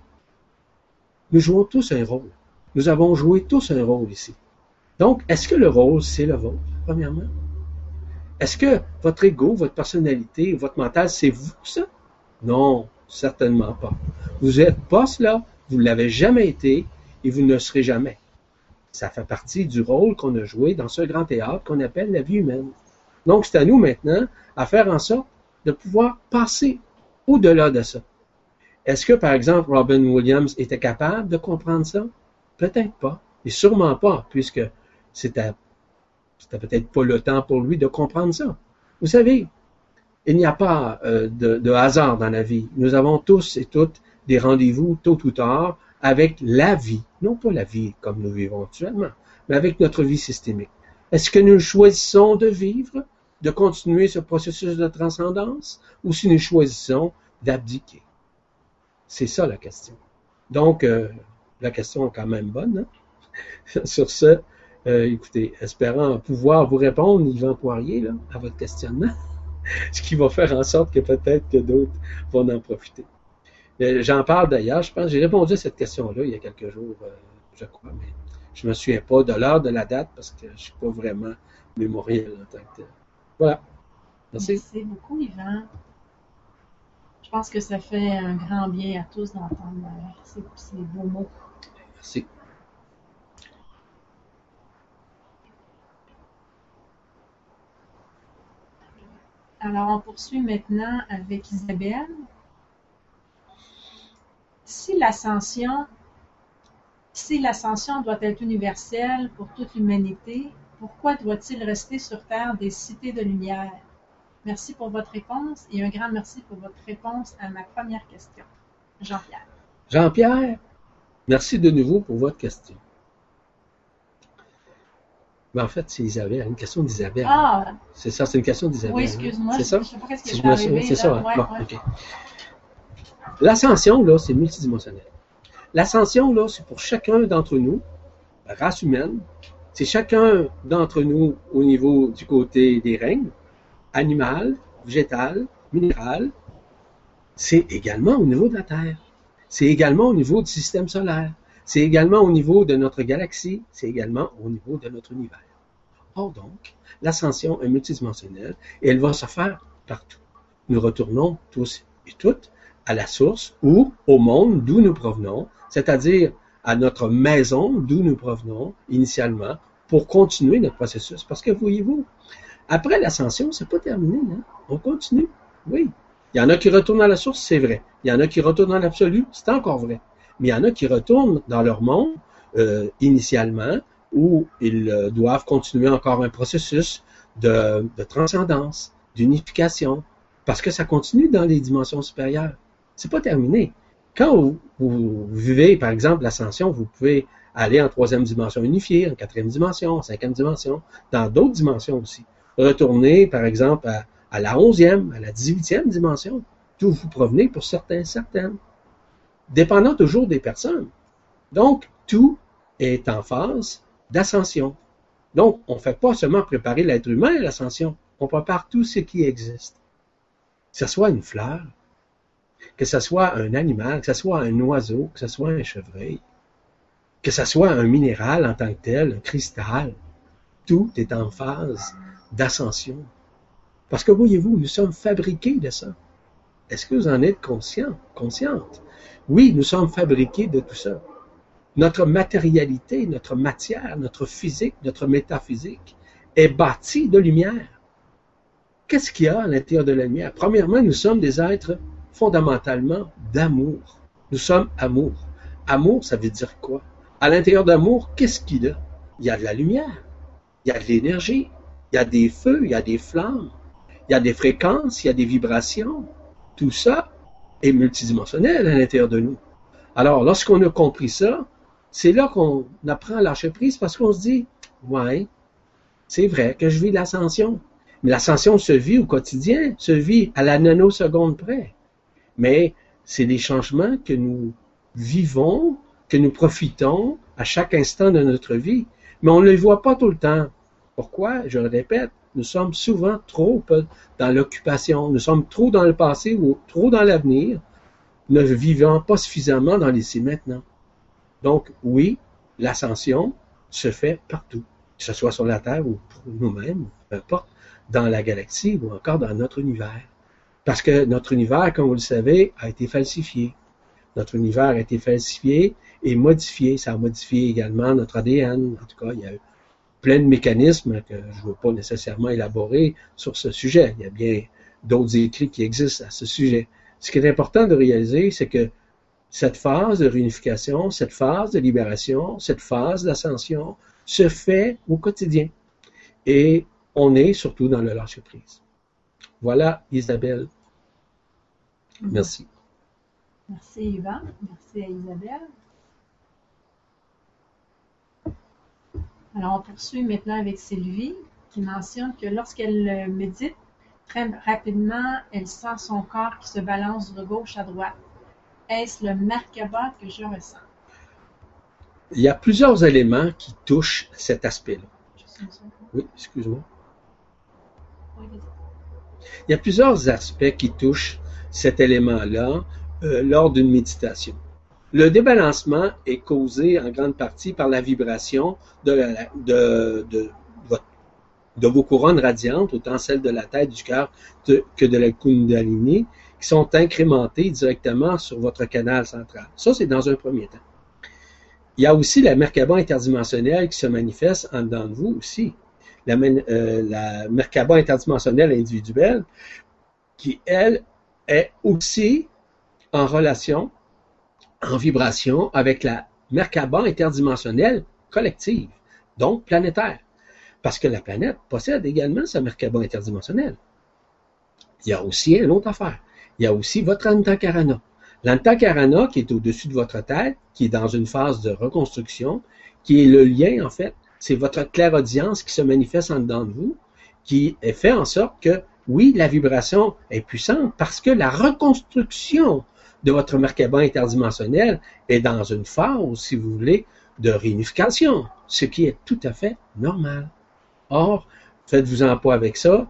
Nous jouons tous un rôle. Nous avons joué tous un rôle ici. Donc, est-ce que le rôle, c'est le vôtre, premièrement? Est-ce que votre ego, votre personnalité, votre mental, c'est vous, ça? Non, certainement pas. Vous n'êtes pas cela, vous ne l'avez jamais été et vous ne le serez jamais. Ça fait partie du rôle qu'on a joué dans ce grand théâtre qu'on appelle la vie humaine. Donc, c'est à nous maintenant à faire en sorte de pouvoir passer au-delà de ça. Est-ce que, par exemple, Robin Williams était capable de comprendre ça? Peut-être pas, et sûrement pas, puisque c'était peut-être pas le temps pour lui de comprendre ça. Vous savez, il n'y a pas de hasard dans la vie. Nous avons tous et toutes des rendez-vous tôt ou tard avec la vie. Non pas la vie comme nous vivons actuellement, mais avec notre vie systémique. Est-ce que nous choisissons de vivre, de continuer ce processus de transcendance, ou si nous choisissons d'abdiquer? C'est ça la question. Donc, la question est quand même bonne. Hein? Sur ce, écoutez, espérant pouvoir vous répondre, Yvan Poirier, là, à votre questionnement, ce qui va faire en sorte que peut-être que d'autres vont en profiter. J'en parle d'ailleurs, je pense, j'ai répondu à cette question-là il y a quelques jours, je crois, mais je ne me souviens pas de l'heure, de la date, parce que je ne suis pas vraiment mémoriel en tant que tel. Voilà. Merci. Merci beaucoup, Yvan. Je pense que ça fait un grand bien à tous d'entendre ces beaux mots. Merci. Alors, on poursuit maintenant avec Isabelle. Si l'ascension doit être universelle pour toute l'humanité, pourquoi doit-il rester sur Terre des cités de lumière? Merci pour votre réponse et un grand merci pour votre réponse à ma première question. Jean-Pierre. Jean-Pierre, merci de nouveau pour votre question. Mais en fait, c'est Isabelle, une question d'Isabelle. Ah! C'est ça, c'est une question d'Isabelle. Oui, excuse-moi, c'est ça? Je ne sais pas qu'est-ce qui si est arrivé. C'est ça, ouais, bon, ouais. OK. L'ascension, là, c'est multidimensionnel. L'ascension, là, c'est pour chacun d'entre nous, la race humaine, c'est chacun d'entre nous au niveau du côté des règnes, animal, végétal, minéral. C'est également au niveau de la Terre. C'est également au niveau du système solaire. C'est également au niveau de notre galaxie. C'est également au niveau de notre univers. Or donc, l'ascension est multidimensionnelle et elle va se faire partout. Nous retournons tous et toutes à la source ou au monde d'où nous provenons, c'est-à-dire à notre maison d'où nous provenons initialement pour continuer notre processus. Parce que voyez-vous, après l'ascension, c'est pas terminé. Hein? On continue. Oui. Il y en a qui retournent à la source, c'est vrai. Il y en a qui retournent dans l'absolu, c'est encore vrai. Mais il y en a qui retournent dans leur monde initialement où ils doivent continuer encore un processus de transcendance, d'unification, parce que ça continue dans les dimensions supérieures. C'est pas terminé. Quand vous vivez, par exemple, l'ascension, vous pouvez aller en troisième dimension unifiée, en quatrième dimension, en cinquième dimension, dans d'autres dimensions aussi. Retourner, par exemple, à la 11e, à la 18e dimension, d'où vous provenez pour certaines, dépendant toujours des personnes. Donc, tout est en phase d'ascension. Donc, on ne fait pas seulement préparer l'être humain à l'ascension, on prépare tout ce qui existe. Que ce soit une fleur, que ce soit un animal, que ce soit un oiseau, que ce soit un chevreuil, que ce soit un minéral en tant que tel, un cristal, tout est en phase d'ascension. Parce que voyez-vous, nous sommes fabriqués de ça. Est-ce que vous en êtes consciente? Oui, nous sommes fabriqués de tout ça. Notre matérialité, notre matière, notre physique, notre métaphysique est bâtie de lumière. Qu'est-ce qu'il y a à l'intérieur de la lumière? Premièrement, nous sommes des êtres fondamentalement d'amour. Nous sommes amour. Amour, ça veut dire quoi? À l'intérieur d'amour, qu'est-ce qu'il y a? Il y a de la lumière, il y a de l'énergie, il y a des feux, il y a des flammes, il y a des fréquences, il y a des vibrations. Tout ça est multidimensionnel à l'intérieur de nous. Alors, lorsqu'on a compris ça, c'est là qu'on apprend à lâcher prise parce qu'on se dit, ouais, c'est vrai que je vis l'ascension. Mais l'ascension se vit au quotidien, se vit à la nanoseconde près. Mais c'est des changements que nous vivons, que nous profitons à chaque instant de notre vie. Mais on ne les voit pas tout le temps. Pourquoi? Je le répète, nous sommes souvent trop dans l'occupation, nous sommes trop dans le passé ou trop dans l'avenir, ne vivant pas suffisamment dans l'ici maintenant. Donc, oui, l'ascension se fait partout, que ce soit sur la Terre ou pour nous-mêmes, peu importe, dans la galaxie ou encore dans notre univers. Parce que notre univers, comme vous le savez, a été falsifié. Notre univers a été falsifié et modifié. Ça a modifié également notre ADN. En tout cas, il y a eu plein de mécanismes que je ne veux pas nécessairement élaborer sur ce sujet. Il y a bien d'autres écrits qui existent à ce sujet. Ce qui est important de réaliser, c'est que cette phase de réunification, cette phase de libération, cette phase d'ascension se fait au quotidien. Et on est surtout dans le lâcher-prise. Voilà, Isabelle. Merci. Merci, Yvan. Merci à Isabelle. Alors, on poursuit maintenant avec Sylvie, qui mentionne que lorsqu'elle médite, très rapidement, elle sent son corps qui se balance de gauche à droite. Est-ce le Merkaba que je ressens? Il y a plusieurs éléments qui touchent cet aspect-là. Juste une seconde. Oui, excuse-moi. Oui, vas-y. Il y a plusieurs aspects qui touchent cet élément-là lors d'une méditation. Le débalancement est causé en grande partie par la vibration de vos couronnes radiantes, autant celles de la tête, du cœur que de la Kundalini, qui sont incrémentées directement sur votre canal central. Ça, c'est dans un premier temps. Il y a aussi la Merkaba interdimensionnelle qui se manifeste en dedans de vous aussi. La Merkaba interdimensionnelle individuelle, qui, elle, est aussi en relation, en vibration avec la Merkaba interdimensionnelle collective, donc planétaire. Parce que la planète possède également sa Merkaba interdimensionnelle. Il y a aussi une autre affaire. Il y a aussi votre Antakarana. L'Antakarana, qui est au-dessus de votre tête, qui est dans une phase de reconstruction, qui est le lien, en fait, c'est votre clairaudience qui se manifeste en dedans de vous, qui fait en sorte que, oui, la vibration est puissante parce que la reconstruction de votre Merkaba interdimensionnel est dans une phase, si vous voulez, de réunification, ce qui est tout à fait normal. Or, faites-vous-en pas avec ça,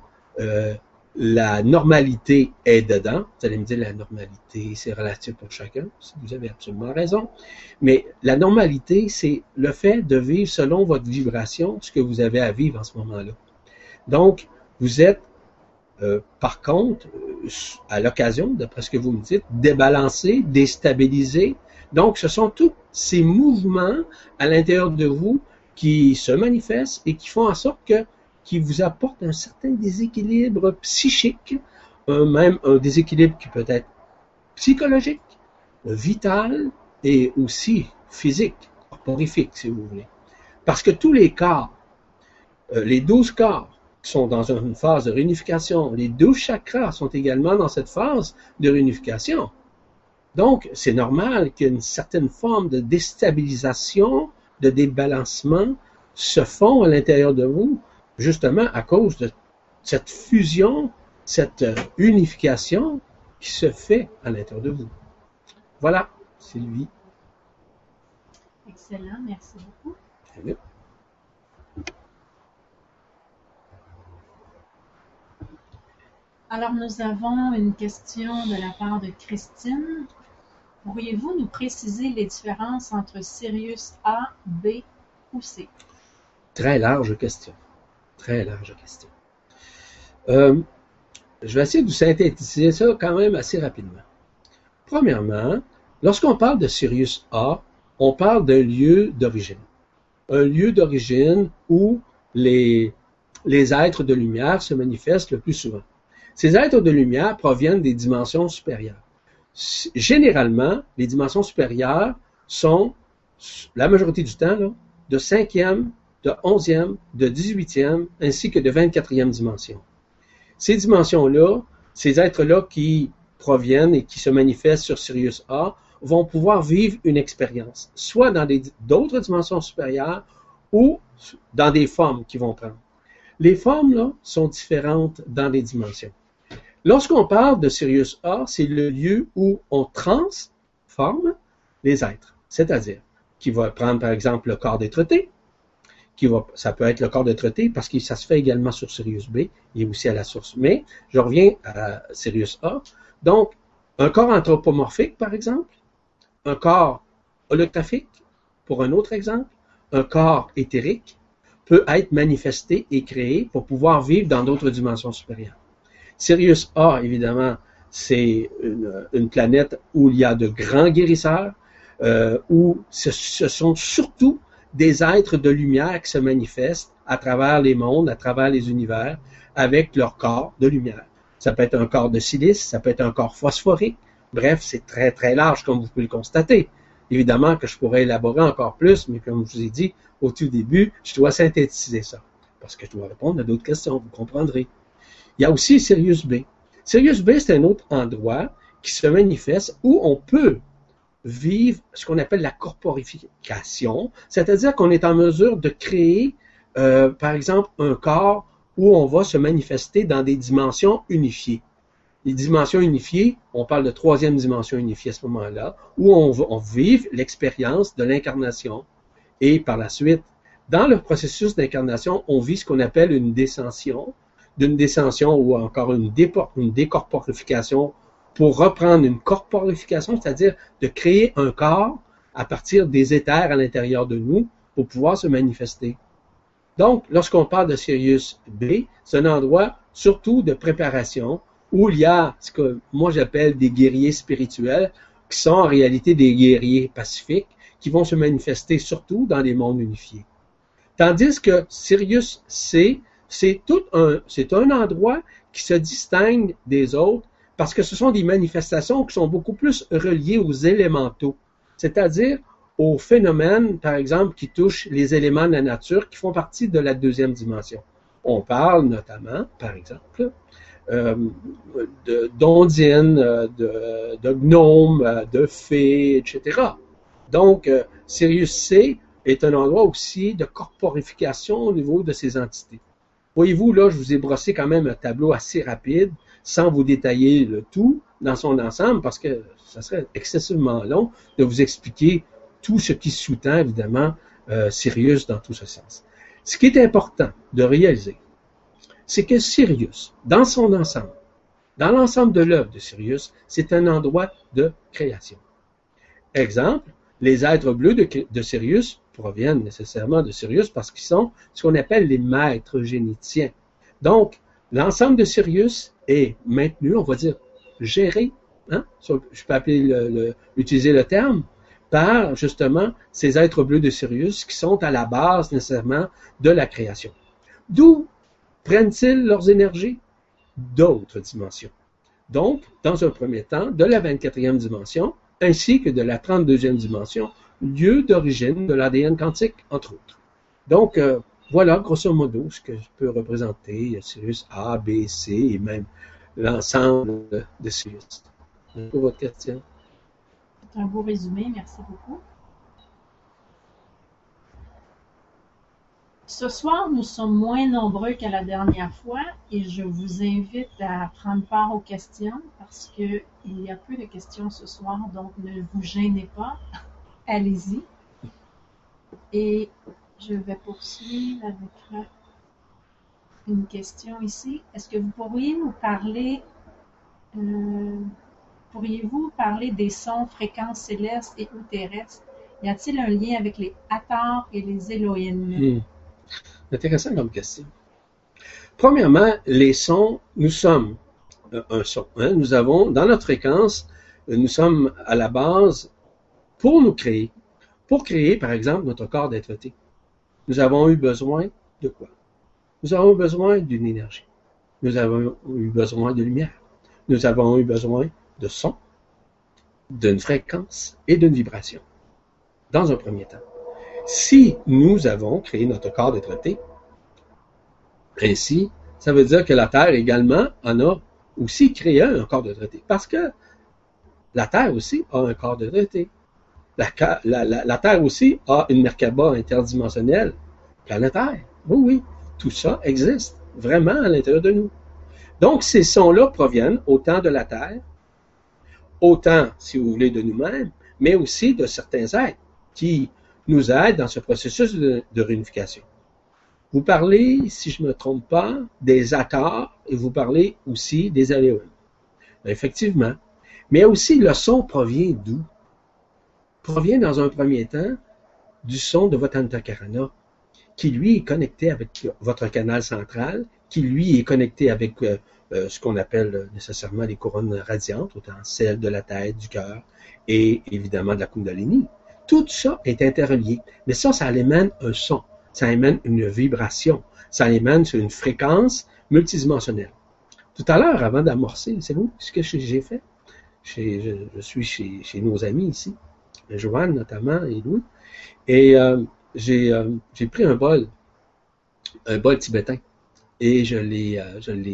la normalité est dedans. Vous allez me dire, la normalité, c'est relatif pour chacun. Vous avez absolument raison. Mais la normalité, c'est le fait de vivre selon votre vibration, ce que vous avez à vivre en ce moment-là. Donc, vous êtes, par contre, à l'occasion, d'après ce que vous me dites, débalancé, déstabilisé. Donc, ce sont tous ces mouvements à l'intérieur de vous qui se manifestent et qui font en sorte qui vous apportent un certain déséquilibre psychique, même un déséquilibre qui peut être psychologique, vital et aussi physique, corporifique, si vous voulez. Parce que tous les corps, les 12 corps, sont dans une phase de réunification. Les 12 chakras sont également dans cette phase de réunification. Donc, c'est normal qu'il y ait une certaine forme de déstabilisation, de débalancement se font à l'intérieur de vous, justement à cause de cette fusion, cette unification qui se fait à l'intérieur de vous. Voilà, Sylvie. Excellent, merci beaucoup. Très bien. Alors, nous avons une question de la part de Christine. Pourriez-vous nous préciser les différences entre Sirius A, B ou C? Très large question. Très large question. Je vais essayer de vous synthétiser ça quand même assez rapidement. Premièrement, lorsqu'on parle de Sirius A, on parle d'un lieu d'origine. Un lieu d'origine où les êtres de lumière se manifestent le plus souvent. Ces êtres de lumière proviennent des dimensions supérieures. Généralement, les dimensions supérieures sont, la majorité du temps, là, de 5e, de 11e, de 18e, ainsi que de 24e dimension. Ces dimensions-là, ces êtres-là qui proviennent et qui se manifestent sur Sirius A, vont pouvoir vivre une expérience, soit dans d'autres dimensions supérieures ou dans des formes qu'ils vont prendre. Les formes, là, sont différentes dans les dimensions. Lorsqu'on parle de Sirius A, c'est le lieu où on transforme les êtres, c'est-à-dire qui va prendre par exemple le corps d'être-té, ça peut être le corps d'être-té parce que ça se fait également sur Sirius B et aussi à la source. Mais je reviens à Sirius A. Donc, un corps anthropomorphique par exemple, un corps holographique pour un autre exemple, un corps éthérique peut être manifesté et créé pour pouvoir vivre dans d'autres dimensions supérieures. Sirius A, évidemment, c'est une planète où il y a de grands guérisseurs, où ce sont surtout des êtres de lumière qui se manifestent à travers les mondes, à travers les univers, avec leur corps de lumière. Ça peut être un corps de silice, ça peut être un corps phosphorique. Bref, c'est très, très large, comme vous pouvez le constater. Évidemment que je pourrais élaborer encore plus, mais comme je vous ai dit au tout début, je dois synthétiser ça, parce que je dois répondre à d'autres questions, vous comprendrez. Il y a aussi Sirius B. Sirius B, c'est un autre endroit qui se manifeste où on peut vivre ce qu'on appelle la corporification, c'est-à-dire qu'on est en mesure de créer, par exemple, un corps où on va se manifester dans des dimensions unifiées. Les dimensions unifiées, on parle de troisième dimension unifiée à ce moment-là, où on vive l'expérience de l'incarnation. Et par la suite, dans le processus d'incarnation, on vit ce qu'on appelle une descension, d'une descension ou encore une décorporification pour reprendre une corporification, c'est-à-dire de créer un corps à partir des éthers à l'intérieur de nous pour pouvoir se manifester. Donc, lorsqu'on parle de Sirius B, c'est un endroit surtout de préparation où il y a ce que moi j'appelle des guerriers spirituels qui sont en réalité des guerriers pacifiques qui vont se manifester surtout dans les mondes unifiés. Tandis que Sirius C, c'est un endroit qui se distingue des autres parce que ce sont des manifestations qui sont beaucoup plus reliées aux élémentaux, c'est-à-dire aux phénomènes, par exemple, qui touchent les éléments de la nature qui font partie de la deuxième dimension. On parle notamment, par exemple, d'ondines, de gnomes, de fées, etc. Donc, Sirius C est un endroit aussi de corporification au niveau de ces entités. Voyez-vous, là, je vous ai brossé quand même un tableau assez rapide, sans vous détailler le tout dans son ensemble, parce que ça serait excessivement long de vous expliquer tout ce qui sous-tend, évidemment, Sirius dans tout ce sens. Ce qui est important de réaliser, c'est que Sirius, dans son ensemble, dans l'ensemble de l'œuvre de Sirius, c'est un endroit de création. Exemple, les êtres bleus de Sirius proviennent nécessairement de Sirius parce qu'ils sont ce qu'on appelle les maîtres généticiens. Donc, l'ensemble de Sirius est maintenu, on va dire, géré, hein? Je peux utiliser le terme, par justement ces êtres bleus de Sirius qui sont à la base nécessairement de la création. D'où prennent-ils leurs énergies? D'autres dimensions. Donc, dans un premier temps, de la 24e dimension, ainsi que de la 32e dimension, lieu d'origine de l'ADN quantique, entre autres. Donc, voilà, grosso modo, ce que je peux représenter, Sirius A, B, C, et même l'ensemble de Sirius. Pour votre question. C'est un beau résumé, merci beaucoup. Ce soir, nous sommes moins nombreux qu'à la dernière fois et je vous invite à prendre part aux questions parce qu'il y a peu de questions ce soir, donc ne vous gênez pas, allez-y. Et je vais poursuivre avec une question ici. Est-ce que vous pourriez nous parler, pourriez-vous parler des sons, fréquences célestes et ou terrestres? Y a-t-il un lien avec les Hathors et les Elohim? Intéressant comme question. Premièrement, les sons, nous sommes un son. Hein? Nous avons, dans notre fréquence, nous sommes à la base pour nous créer. Pour créer, par exemple, notre corps d'être-té. Nous avons eu besoin de quoi? Nous avons eu besoin d'une énergie. Nous avons eu besoin de lumière. Nous avons eu besoin de son, d'une fréquence et d'une vibration. Dans un premier temps. Si nous avons créé notre corps d'être-té, ainsi, ça veut dire que la Terre également en a aussi créé un corps d'être-té. Parce que la Terre aussi a un corps d'être-té. La Terre aussi a une Merkaba interdimensionnelle planétaire. Oui, oui, tout ça existe vraiment à l'intérieur de nous. Donc, ces sons-là proviennent autant de la Terre, autant, si vous voulez, de nous-mêmes, mais aussi de certains êtres qui nous aident dans ce processus de réunification. Vous parlez, si je ne me trompe pas, des Hathors et vous parlez aussi des Elohim. Effectivement. Mais aussi, le son provient d'où? Provient dans un premier temps du son de votre Antakarana, qui lui est connecté avec votre canal central, qui lui est connecté avec ce qu'on appelle nécessairement les couronnes radiantes, autant celles de la tête, du cœur et évidemment de la Kundalini. Tout ça est interrelié. Mais ça émane un son, ça émane une vibration, ça émane sur une fréquence multidimensionnelle. Tout à l'heure, avant d'amorcer, c'est vous ce que j'ai fait? Je suis chez nos amis ici, Joanne notamment et Louis, et j'ai pris un bol tibétain, et je l'ai,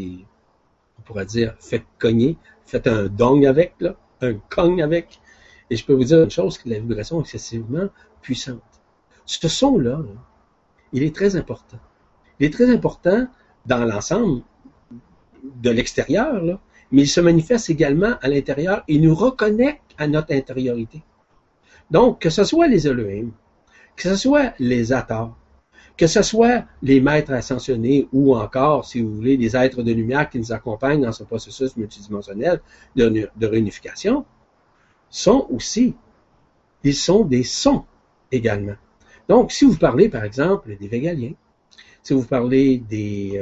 on pourrait dire, fait cogner, fait un dong avec, là, un kong avec, Et je peux vous dire une chose, que la vibration est excessivement puissante. Ce son-là, là, il est très important. Il est très important dans l'ensemble de l'extérieur, là, mais il se manifeste également à l'intérieur et nous reconnecte à notre intériorité. Donc, que ce soit les Elohim, que ce soit les Atar, que ce soit les maîtres ascensionnés ou encore, si vous voulez, les êtres de lumière qui nous accompagnent dans ce processus multidimensionnel de réunification, ils sont des sons également. Donc, si vous parlez, par exemple, des Végaliens, si vous parlez des,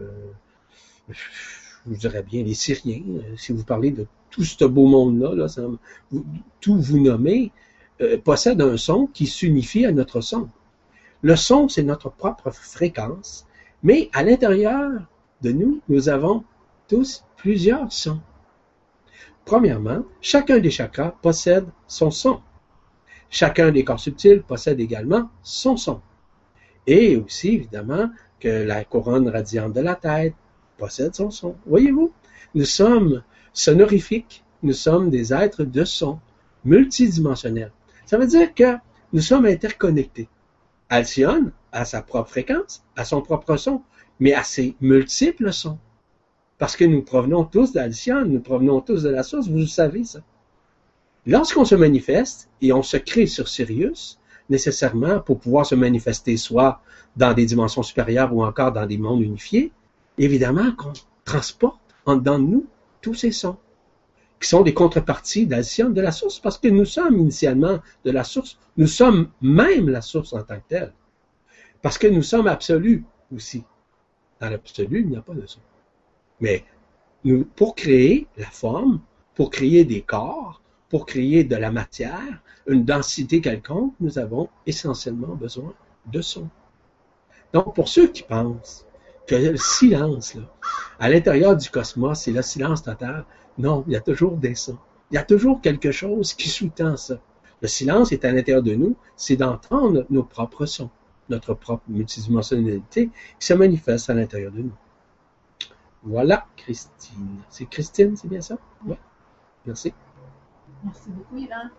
je dirais bien, les Syriens, si vous parlez de tout ce beau monde-là, là, tout vous nommez, possède un son qui s'unifie à notre son. Le son, c'est notre propre fréquence, mais à l'intérieur de nous, nous avons tous plusieurs sons. Premièrement, chacun des chakras possède son son. Chacun des corps subtils possède également son son. Et aussi, évidemment, que la couronne radiante de la tête possède son son. Voyez-vous, nous sommes sonorifiques, nous sommes des êtres de son, multidimensionnels. Ça veut dire que nous sommes interconnectés. Alcyone a sa propre fréquence, a son propre son, mais a ses multiples sons. Parce que nous provenons tous d'Alcyone, nous provenons tous de la source, vous le savez ça. Lorsqu'on se manifeste et on se crée sur Sirius, nécessairement pour pouvoir se manifester soit dans des dimensions supérieures ou encore dans des mondes unifiés, évidemment qu'on transporte en dedans de nous tous ces sons, qui sont des contreparties d'Alcyone de la source, parce que nous sommes initialement de la source, nous sommes même la source en tant que telle, parce que nous sommes absolus aussi. Dans l'absolu, il n'y a pas de son. Mais pour créer la forme, pour créer des corps, pour créer de la matière, une densité quelconque, nous avons essentiellement besoin de son. Donc, pour ceux qui pensent que le silence, là, à l'intérieur du cosmos, c'est le silence total, non, il y a toujours des sons. Il y a toujours quelque chose qui sous-tend ça. Le silence est à l'intérieur de nous, c'est d'entendre nos propres sons, notre propre multidimensionnalité qui se manifeste à l'intérieur de nous. Voilà, Christine. C'est Christine, c'est bien ça? Oui. Merci. Merci beaucoup, Yvan.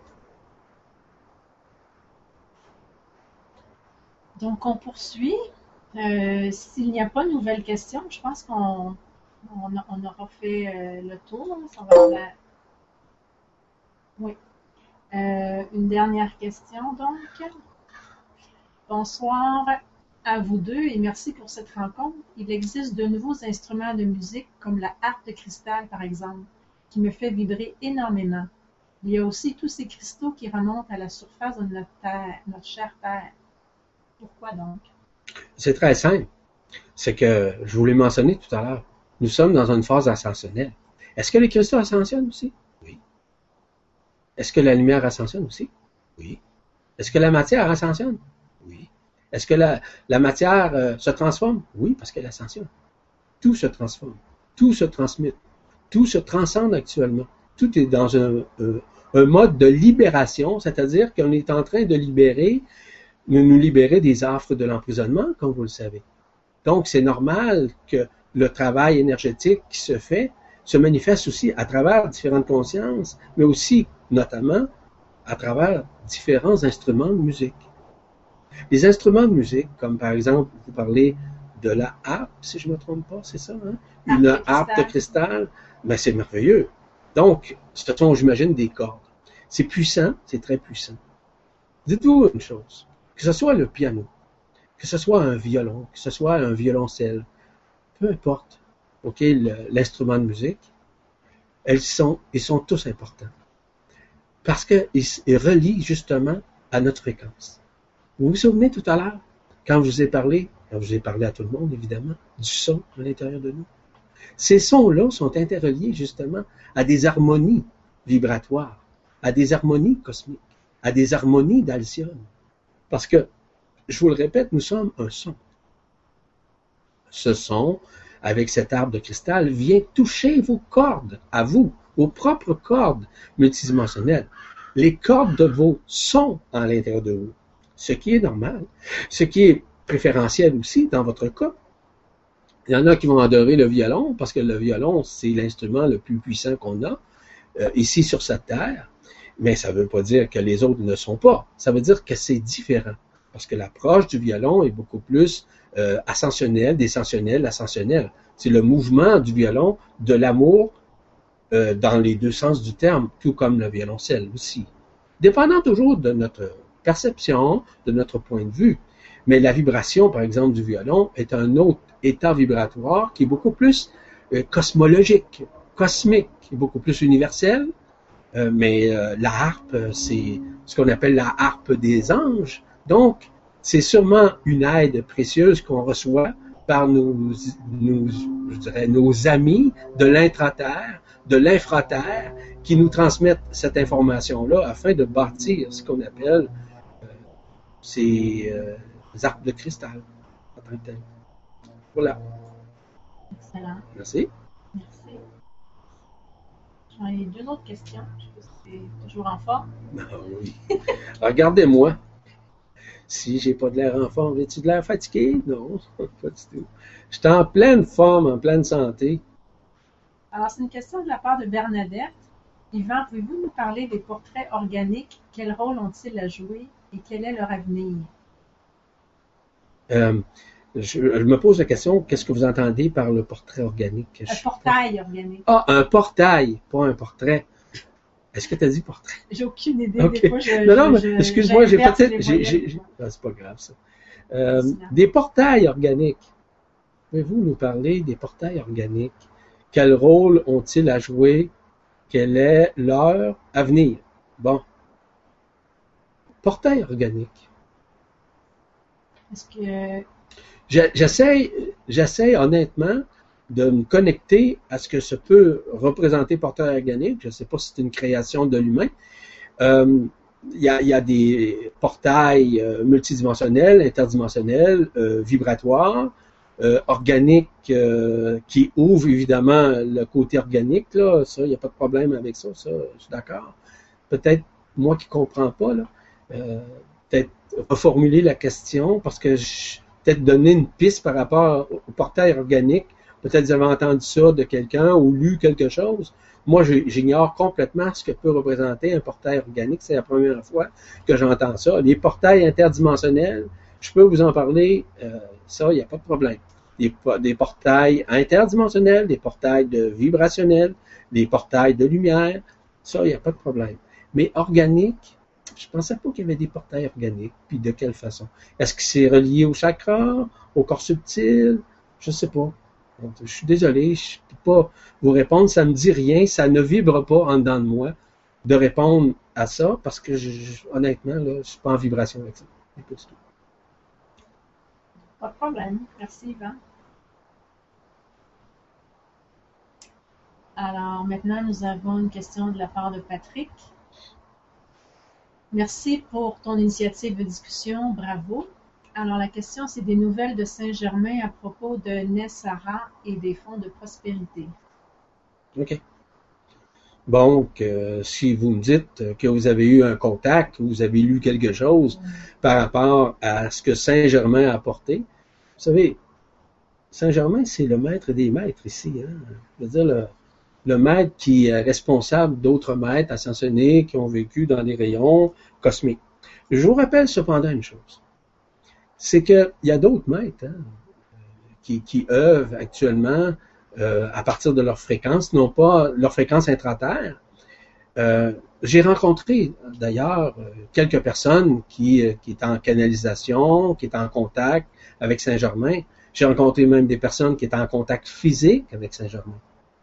Donc, on poursuit. S'il n'y a pas de nouvelles questions, je pense qu'on aura fait le tour. Ça va être oui. Une dernière question, donc. Bonsoir à vous deux et merci pour cette rencontre. Il existe de nouveaux instruments de musique, comme la harpe de cristal, par exemple, qui me fait vibrer énormément. Il y a aussi tous ces cristaux qui remontent à la surface de notre terre, notre chère terre. Pourquoi donc? C'est très simple. C'est que, je vous l'ai mentionné tout à l'heure, nous sommes dans une phase ascensionnelle. Est-ce que les cristaux ascensionnent aussi? Oui. Est-ce que la lumière ascensionne aussi? Oui. Est-ce que la matière ascensionne? Oui. Est-ce que la matière se transforme? Oui, parce qu'elle ascensionne. Tout se transforme. Tout se transmute. Tout se transcende actuellement. Tout est dans un mode de libération, c'est-à-dire qu'on est en train de nous libérer des affres de l'emprisonnement, comme vous le savez. Donc, c'est normal que le travail énergétique qui se fait se manifeste aussi à travers différentes consciences, mais aussi, notamment, à travers différents instruments de musique. Les instruments de musique, comme par exemple, vous parlez de la harpe, si je ne me trompe pas, c'est ça, hein? Une harpe de cristal, ben c'est merveilleux. Donc, ce sont, j'imagine, des cordes. C'est puissant, c'est très puissant. Dites-vous une chose, que ce soit le piano, que ce soit un violon, que ce soit un violoncelle, peu importe, ok, l'instrument de musique, ils sont tous importants. Parce qu'ils relient justement à notre fréquence. Vous vous souvenez tout à l'heure, quand je vous ai parlé à tout le monde, évidemment, du son à l'intérieur de nous. Ces sons-là sont interreliés justement à des harmonies vibratoires, à des harmonies cosmiques, à des harmonies d'Alcyone. Parce que, je vous le répète, nous sommes un son. Ce son, avec cette harpe de cristal, vient toucher vos cordes, à vous, vos propres cordes multidimensionnelles, les cordes de vos sons à l'intérieur de vous. Ce qui est normal, ce qui est préférentiel aussi dans votre cas. Il y en a qui vont adorer le violon, parce que le violon, c'est l'instrument le plus puissant qu'on a ici sur cette terre. Mais ça ne veut pas dire que les autres ne sont pas. Ça veut dire que c'est différent. Parce que l'approche du violon est beaucoup plus ascensionnelle, descensionnelle, ascensionnelle. C'est le mouvement du violon, de l'amour, dans les deux sens du terme, tout comme le violoncelle aussi. Dépendant toujours de notre perception, de notre point de vue. Mais la vibration, par exemple, du violon est un autre état vibratoire qui est beaucoup plus cosmologique, cosmique, beaucoup plus universel. Mais la harpe, c'est ce qu'on appelle la harpe des anges. Donc, c'est sûrement une aide précieuse qu'on reçoit par je dirais, nos amis de l'intraterre, de l'infraterre, qui nous transmettent cette information-là afin de bâtir ce qu'on appelle ces arcs de cristal en tant que tel. Voilà. Excellent. Merci. Merci. J'en ai deux autres questions. Je sais pas si c'est toujours en forme. Ah oui. Regardez-moi. Si j'ai pas de l'air en forme, j'ai-tu de l'air fatigué? Non, pas du tout. Je suis en pleine forme, en pleine santé. Alors, c'est une question de la part de Bernadette. Yvan, pouvez-vous nous parler des portraits organiques? Quel rôle ont-ils à jouer et quel est leur avenir? Je me pose la question, qu'est-ce que vous entendez par le portrait organique? Un portail organique. Ah, un portail, pas un portrait. Est-ce que tu as dit portrait? J'ai aucune idée. Okay. Des fois, non, mais excuse-moi, j'ai peut-être... Ah, c'est pas grave, ça. Des portails organiques. Pouvez-vous nous parler des portails organiques? Quel rôle ont-ils à jouer? Quel est leur avenir? Bon. Portail organique. Est-ce que... J'essaie honnêtement de me connecter à ce que ça peut représenter portail organique. Je ne sais pas si c'est une création de l'humain. Il y a des portails multidimensionnels, interdimensionnels, vibratoires, organiques, qui ouvrent évidemment le côté organique. Là, ça, il n'y a pas de problème avec ça. Ça, je suis d'accord. Peut-être moi qui ne comprends pas, là, peut-être reformuler la question parce que peut-être donner une piste par rapport au portail organique. Peut-être vous avez entendu ça de quelqu'un ou lu quelque chose. Moi, j'ignore complètement ce que peut représenter un portail organique. C'est la première fois que j'entends ça. Les portails interdimensionnels, je peux vous en parler, ça, il n'y a pas de problème. Des portails interdimensionnels, des portails vibrationnels, des portails de lumière, ça, il n'y a pas de problème. Mais organique, je ne pensais pas qu'il y avait des portails organiques, puis de quelle façon. Est-ce que c'est relié au chakra, au corps subtil? Je ne sais pas. Donc, je suis désolé, je ne peux pas vous répondre, ça ne me dit rien, ça ne vibre pas en dedans de moi de répondre à ça, parce que honnêtement, là, je ne suis pas en vibration avec ça. Pas du tout. Pas de problème. Merci, Yvan. Alors, maintenant, nous avons une question de la part de Patrick. Merci pour ton initiative de discussion, bravo. Alors, la question, c'est des nouvelles de Saint-Germain à propos de Nessara et des fonds de prospérité. OK. Donc, si vous me dites que vous avez eu un contact, que vous avez lu quelque chose par rapport à ce que Saint-Germain a apporté, vous savez, Saint-Germain, c'est le maître des maîtres ici. Hein? Je veux dire, le maître qui est responsable d'autres maîtres ascensionnés qui ont vécu dans les rayons cosmiques. Je vous rappelle cependant une chose, c'est qu'il y a d'autres maîtres qui œuvrent actuellement à partir de leur fréquence, non pas leur fréquence intraterre. J'ai rencontré d'ailleurs quelques personnes qui est en canalisation, qui est en contact avec Saint-Germain. J'ai rencontré même des personnes qui étaient en contact physique avec Saint-Germain.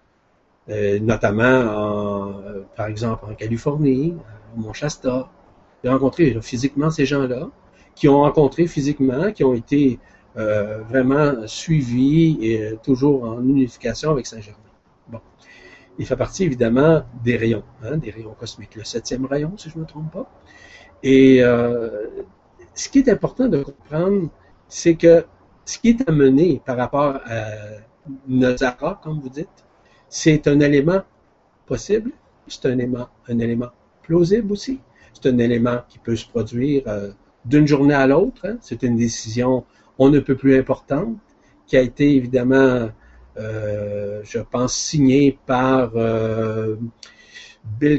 Notamment, par exemple, en Californie, au Mont Shasta. J'ai rencontré physiquement ces gens-là, qui ont rencontré physiquement, qui ont été vraiment suivis et toujours en unification avec Saint-Germain. Bon. Il fait partie, évidemment, des rayons cosmiques. Le 7e rayon, si je ne me trompe pas. Et ce qui est important de comprendre, c'est que ce qui est amené par rapport à Nosara, comme vous dites, c'est un élément possible, c'est un élément plausible aussi, c'est un élément qui peut se produire d'une journée à l'autre. Hein. C'est une décision on ne peut plus importante, qui a été évidemment, je pense, signée par Bill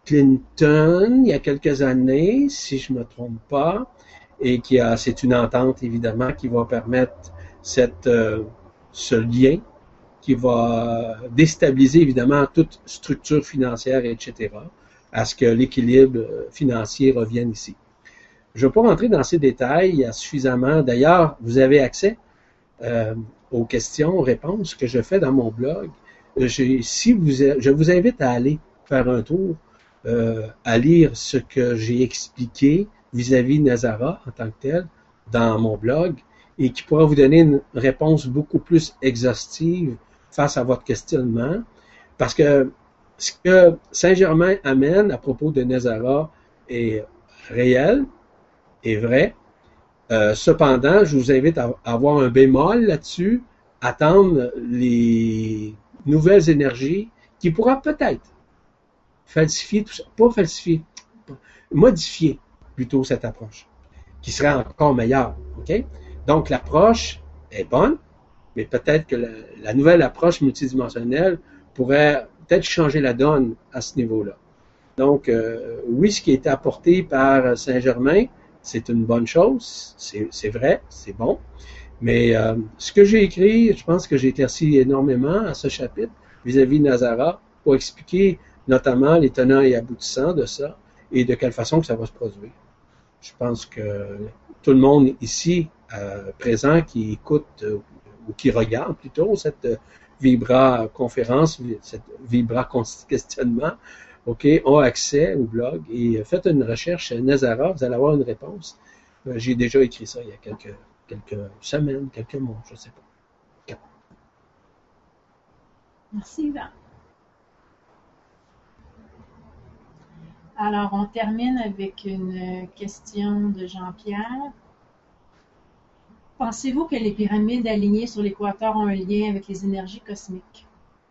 Clinton, il y a quelques années, si je ne me trompe pas, et c'est une entente, évidemment, qui va permettre ce lien, qui va déstabiliser, évidemment, toute structure financière, etc., à ce que l'équilibre financier revienne ici. Je ne vais pas rentrer dans ces détails, il y a suffisamment. D'ailleurs, vous avez accès aux questions, aux réponses que je fais dans mon blog. Je vous invite à aller faire un tour, à lire ce que j'ai expliqué vis-à-vis Nazara en tant que tel dans mon blog et qui pourra vous donner une réponse beaucoup plus exhaustive face à votre questionnement. Parce que ce que Saint-Germain amène à propos de Nazara est réel, est vrai. Cependant, je vous invite à avoir un bémol là-dessus, attendre les nouvelles énergies qui pourra peut-être falsifier tout ça, pas falsifier, modifier plutôt cette approche, qui serait encore meilleure. Okay? Donc l'approche est bonne, mais peut-être que la nouvelle approche multidimensionnelle pourrait peut-être changer la donne à ce niveau-là. Donc, oui, ce qui a été apporté par Saint-Germain, c'est une bonne chose, c'est vrai, c'est bon, mais ce que j'ai écrit, je pense que j'ai éclairci énormément à ce chapitre vis-à-vis de Nazara pour expliquer notamment les tenants et aboutissants de ça et de quelle façon que ça va se produire. Je pense que tout le monde ici présent qui écoute ou qui regarde plutôt cette Vibra conférence, cette Vibra questionnement, OK, ont accès au blog et faites une recherche Nazara, vous allez avoir une réponse. J'ai déjà écrit ça il y a quelques semaines, quelques mois, je ne sais pas. Merci, Yvan. Alors, on termine avec une question de Jean-Pierre. Pensez-vous que les pyramides alignées sur l'équateur ont un lien avec les énergies cosmiques?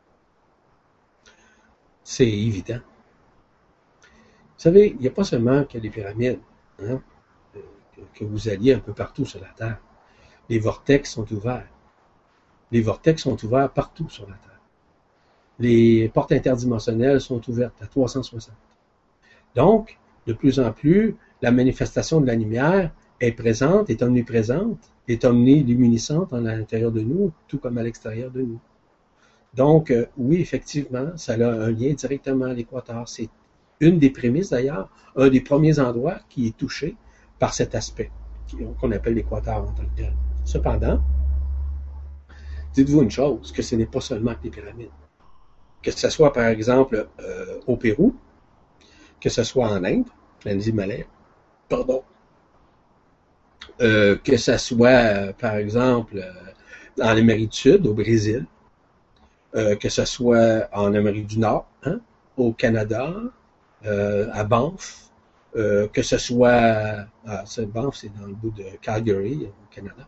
C'est évident. Vous savez, il n'y a pas seulement que les pyramides, hein, que vous alliez un peu partout sur la Terre. Les vortex sont ouverts. Les vortex sont ouverts partout sur la Terre. Les portes interdimensionnelles sont ouvertes à 360. Donc, de plus en plus, la manifestation de la lumière est présente, est omniprésente, est omniluminescente à l'intérieur de nous, tout comme à l'extérieur de nous. Donc, oui, effectivement, ça a un lien directement à l'équateur. C'est une des prémices d'ailleurs, un des premiers endroits qui est touché par cet aspect qu'on appelle l'équateur en tant que tel. Cependant, dites-vous une chose, que ce n'est pas seulement que les pyramides. Que ce soit par exemple au Pérou, que ce soit en Inde, les Himalayas, pardon, que ce soit par exemple en Amérique du Sud, au Brésil, que ce soit en Amérique du Nord, hein, au Canada, à Banff, que ce soit Banff, c'est dans le bout de Calgary, au Canada.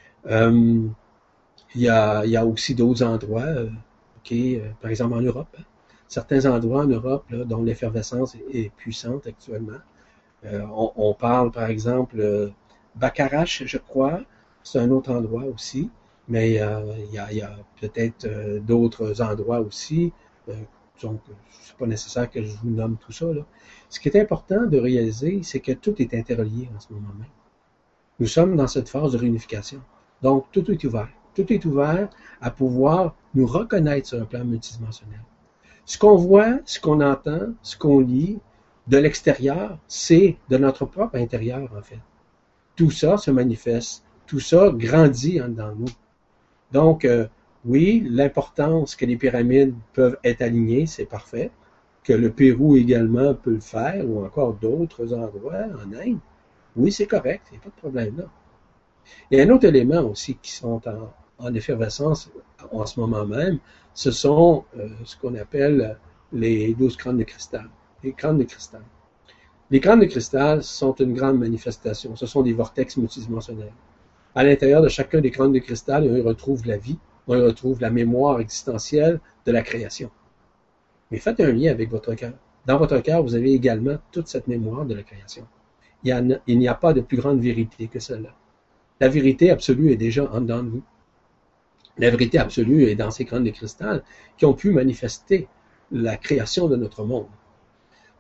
Il y a aussi d'autres endroits, par exemple en Europe. Hein. Certains endroits en Europe là, dont l'effervescence est puissante actuellement. On parle par exemple Bacarache, je crois, c'est un autre endroit aussi, mais il y a peut-être d'autres endroits aussi. Donc, c'est pas nécessaire que je vous nomme tout ça. Là. Ce qui est important de réaliser, c'est que tout est interrelié en ce moment même. Nous sommes dans cette phase de réunification. Donc, tout est ouvert. Tout est ouvert à pouvoir nous reconnaître sur un plan multidimensionnel. Ce qu'on voit, ce qu'on entend, ce qu'on lit de l'extérieur, c'est de notre propre intérieur, en fait. Tout ça se manifeste. Tout ça grandit dans nous. Donc, oui, l'importance que les pyramides peuvent être alignées, c'est parfait. Que le Pérou également peut le faire, ou encore d'autres endroits en Inde. Oui, c'est correct, il n'y a pas de problème là. Il y a un autre élément aussi qui sont en effervescence en ce moment même, ce sont ce qu'on appelle les 12 crânes de cristal. Les crânes de cristal. Les crânes de cristal sont une grande manifestation. Ce sont des vortex multidimensionnels. À l'intérieur de chacun des crânes de cristal, on y retrouve la vie, on y retrouve la mémoire existentielle de la création. Mais faites un lien avec votre cœur. Dans votre cœur, vous avez également toute cette mémoire de la création. Il n'y a pas de plus grande vérité que celle-là. La vérité absolue est déjà en dedans de vous. La vérité absolue est dans ces crânes de cristal qui ont pu manifester la création de notre monde.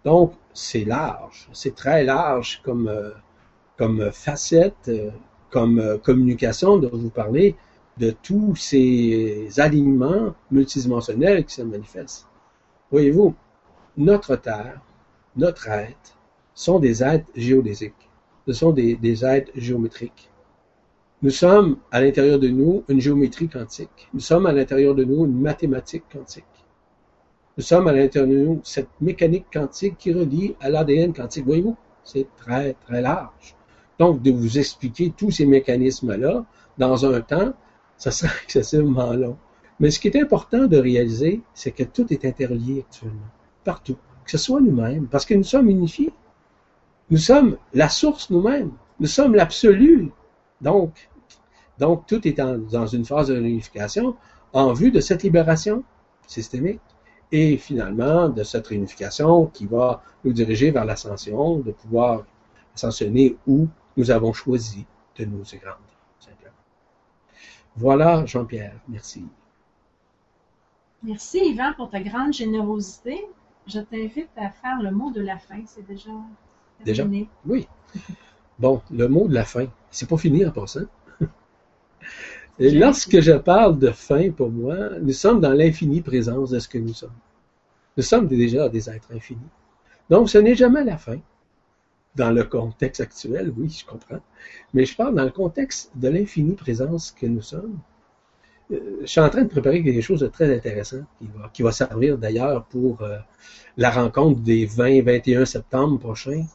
Donc, c'est large, c'est très large comme facette, comme communication dont vous parlez, de tous ces alignements multidimensionnels qui se manifestent. Voyez-vous, notre Terre, notre être, sont des êtres géodésiques. Ce sont des êtres géométriques. Nous sommes à l'intérieur de nous une géométrie quantique. Nous sommes à l'intérieur de nous une mathématique quantique. Nous sommes à l'intérieur de nous cette mécanique quantique qui relie à l'ADN quantique. Voyez-vous, c'est très, très large. Donc, de vous expliquer tous ces mécanismes-là dans un temps, ça sera excessivement long. Mais ce qui est important de réaliser, c'est que tout est interlié actuellement, partout. Que ce soit nous-mêmes, parce que nous sommes unifiés. Nous sommes la source nous-mêmes. Nous sommes l'absolu. Donc tout est dans une phase de réunification en vue de cette libération systémique et finalement de cette réunification qui va nous diriger vers l'ascension, de pouvoir ascensionner où nous avons choisi de nous rendre. Simplement. Voilà, Jean-Pierre. Merci. Merci, Yvan, pour ta grande générosité. Je t'invite à faire le mot de la fin. C'est déjà terminé. Déjà? Oui. Bon, le mot de la fin. C'est pas fini en passant. Et lorsque je parle de fin, pour moi, nous sommes dans l'infinie présence de ce que nous sommes. Nous sommes déjà des êtres infinis. Donc, ce n'est jamais la fin. Dans le contexte actuel, oui, je comprends. Mais je parle dans le contexte de l'infinie présence que nous sommes. Je suis en train de préparer quelque chose de très intéressant qui va servir d'ailleurs pour la rencontre des 20-21 septembre prochains,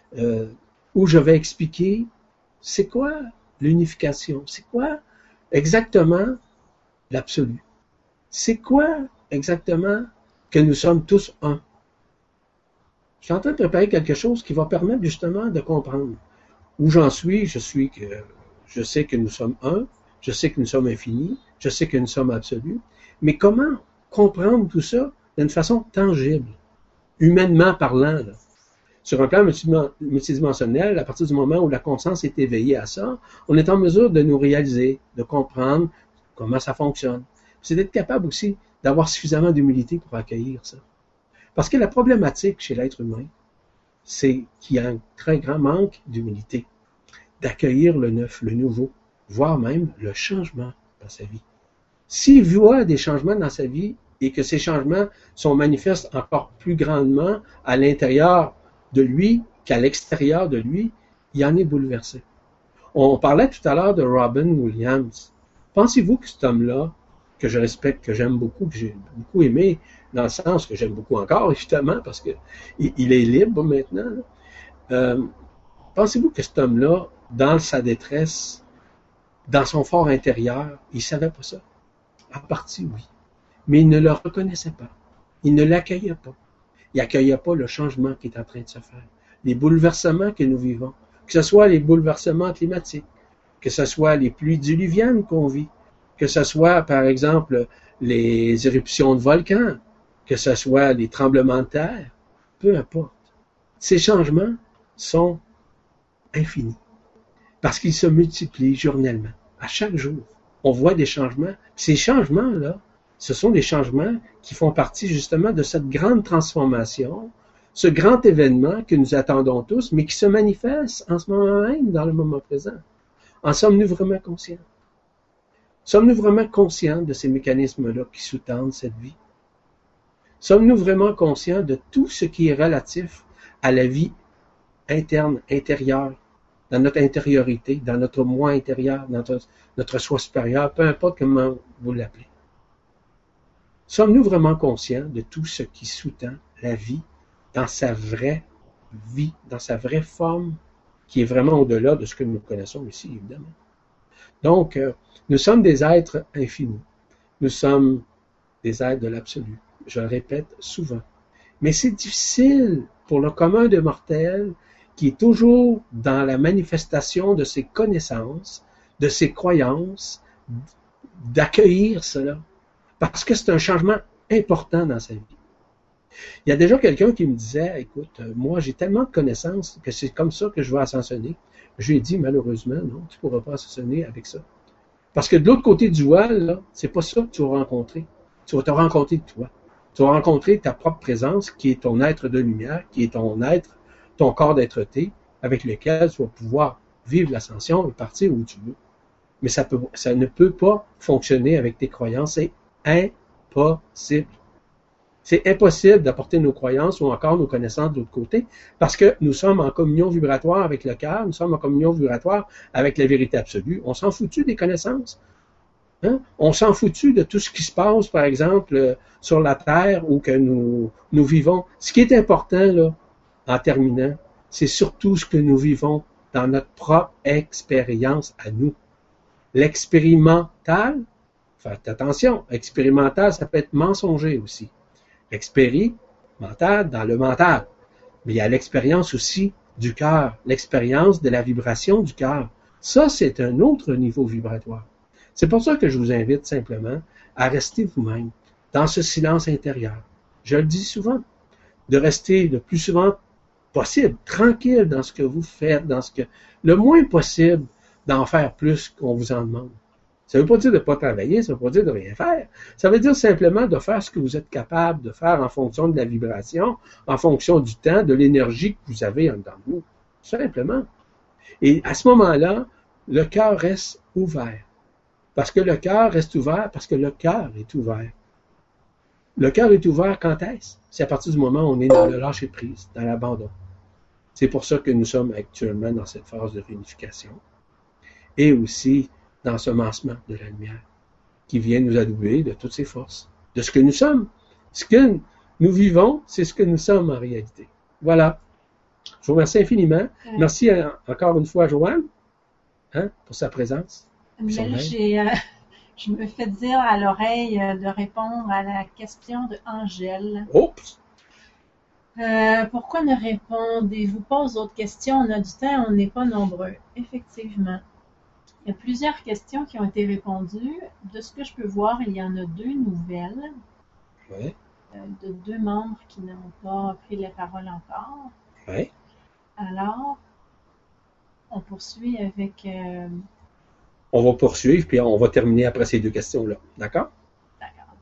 où je vais expliquer c'est quoi l'unification, c'est quoi exactement l'absolu, c'est quoi exactement que nous sommes tous un. Je suis en train de préparer quelque chose qui va permettre justement de comprendre où j'en suis. Je sais que nous sommes un, je sais que nous sommes infinis, je sais que nous sommes absolus, mais comment comprendre tout ça d'une façon tangible, humainement parlant, là? Sur un plan multidimensionnel, à partir du moment où la conscience est éveillée à ça, on est en mesure de nous réaliser, de comprendre comment ça fonctionne. C'est d'être capable aussi d'avoir suffisamment d'humilité pour accueillir ça. Parce que la problématique chez l'être humain, c'est qu'il y a un très grand manque d'humilité, d'accueillir le neuf, le nouveau, voire même le changement dans sa vie. S'il voit des changements dans sa vie et que ces changements sont manifestes encore plus grandement à l'intérieur de lui qu'à l'extérieur de lui, il en est bouleversé. On parlait tout à l'heure de Robin Williams. Pensez-vous que cet homme-là, que je respecte, que j'aime beaucoup, que j'ai beaucoup aimé, dans le sens que j'aime beaucoup encore, évidemment, parce que il est libre maintenant. Pensez-vous que cet homme-là, dans sa détresse, dans son fort intérieur, il savait pas ça? En partie, oui. Mais il ne le reconnaissait pas. Il ne l'accueillait pas. Il n'accueillait pas le changement qui est en train de se faire. Les bouleversements que nous vivons. Que ce soit les bouleversements climatiques, que ce soit les pluies diluviennes qu'on vit, que ce soit, par exemple, les éruptions de volcans, que ce soit les tremblements de terre, peu importe. Ces changements sont infinis parce qu'ils se multiplient journellement. À chaque jour, on voit des changements. Ces changements-là, ce sont des changements qui font partie justement de cette grande transformation, ce grand événement que nous attendons tous, mais qui se manifeste en ce moment même, dans le moment présent. En sommes-nous vraiment conscients? Sommes-nous vraiment conscients de ces mécanismes-là qui sous-tendent cette vie? Sommes-nous vraiment conscients de tout ce qui est relatif à la vie interne, intérieure, dans notre intériorité, dans notre moi intérieur, dans notre soi supérieur, peu importe comment vous l'appelez? Sommes-nous vraiment conscients de tout ce qui sous-tend la vie dans sa vraie vie, dans sa vraie forme, qui est vraiment au-delà de ce que nous connaissons ici, évidemment? Donc, nous sommes des êtres infinis. Nous sommes des êtres de l'absolu. Je le répète souvent. Mais c'est difficile pour le commun des mortels qui est toujours dans la manifestation de ses connaissances, de ses croyances, d'accueillir cela. Parce que c'est un changement important dans sa vie. Il y a déjà quelqu'un qui me disait, écoute, moi j'ai tellement de connaissances que c'est comme ça que je vais ascensionner. Je lui ai dit, malheureusement, non, tu ne pourras pas ascensionner avec ça. Parce que de l'autre côté du voile, là, c'est pas ça que tu vas rencontrer. Tu vas te rencontrer de toi. Tu vas rencontrer ta propre présence, qui est ton être de lumière, qui est ton être, ton corps d'être-té, avec lequel tu vas pouvoir vivre l'ascension et partir où tu veux. Mais ça ne peut pas fonctionner avec tes croyances. C'est impossible. C'est impossible d'apporter nos croyances ou encore nos connaissances de l'autre côté parce que nous sommes en communion vibratoire avec le cœur, nous sommes en communion vibratoire avec la vérité absolue. On s'en foutu des connaissances. Hein? On s'en foutu de tout ce qui se passe, par exemple, sur la Terre ou que nous vivons. Ce qui est important, là, en terminant, c'est surtout ce que nous vivons dans notre propre expérience à nous. L'expérimental, faites attention, expérimental, ça peut être mensonger aussi. Expérimental dans le mental. Mais il y a l'expérience aussi du cœur, l'expérience de la vibration du cœur. Ça, c'est un autre niveau vibratoire. C'est pour ça que je vous invite simplement à rester vous-même dans ce silence intérieur. Je le dis souvent, de rester le plus souvent possible, tranquille dans ce que vous faites, le moins possible d'en faire plus qu'on vous en demande. Ça ne veut pas dire de ne pas travailler, ça ne veut pas dire de rien faire. Ça veut dire simplement de faire ce que vous êtes capable de faire en fonction de la vibration, en fonction du temps, de l'énergie que vous avez en dedans de vous. Simplement. Et à ce moment-là, le cœur reste ouvert. Parce que le cœur reste ouvert, parce que le cœur est ouvert. Le cœur est ouvert quand est-ce? C'est à partir du moment où on est dans le lâcher-prise, dans l'abandon. C'est pour ça que nous sommes actuellement dans cette phase de réunification. Et aussi dans ce massement de la lumière qui vient nous adouber de toutes ses forces, de ce que nous sommes. Ce que nous vivons, c'est ce que nous sommes en réalité. Voilà. Je vous remercie infiniment. Merci encore une fois à Joanne pour sa présence. Mais je me fais dire à l'oreille de répondre à la question de Angèle. Oups! Pourquoi ne répondez-vous pas aux autres questions? On a du temps, on n'est pas nombreux. Effectivement. Il y a plusieurs questions qui ont été répondues. De ce que je peux voir, il y en a 2 nouvelles. Oui. De 2 membres qui n'ont pas pris la parole encore. Oui. Alors, on poursuit avec... On va poursuivre, puis on va terminer après ces 2 questions-là. D'accord? D'accord.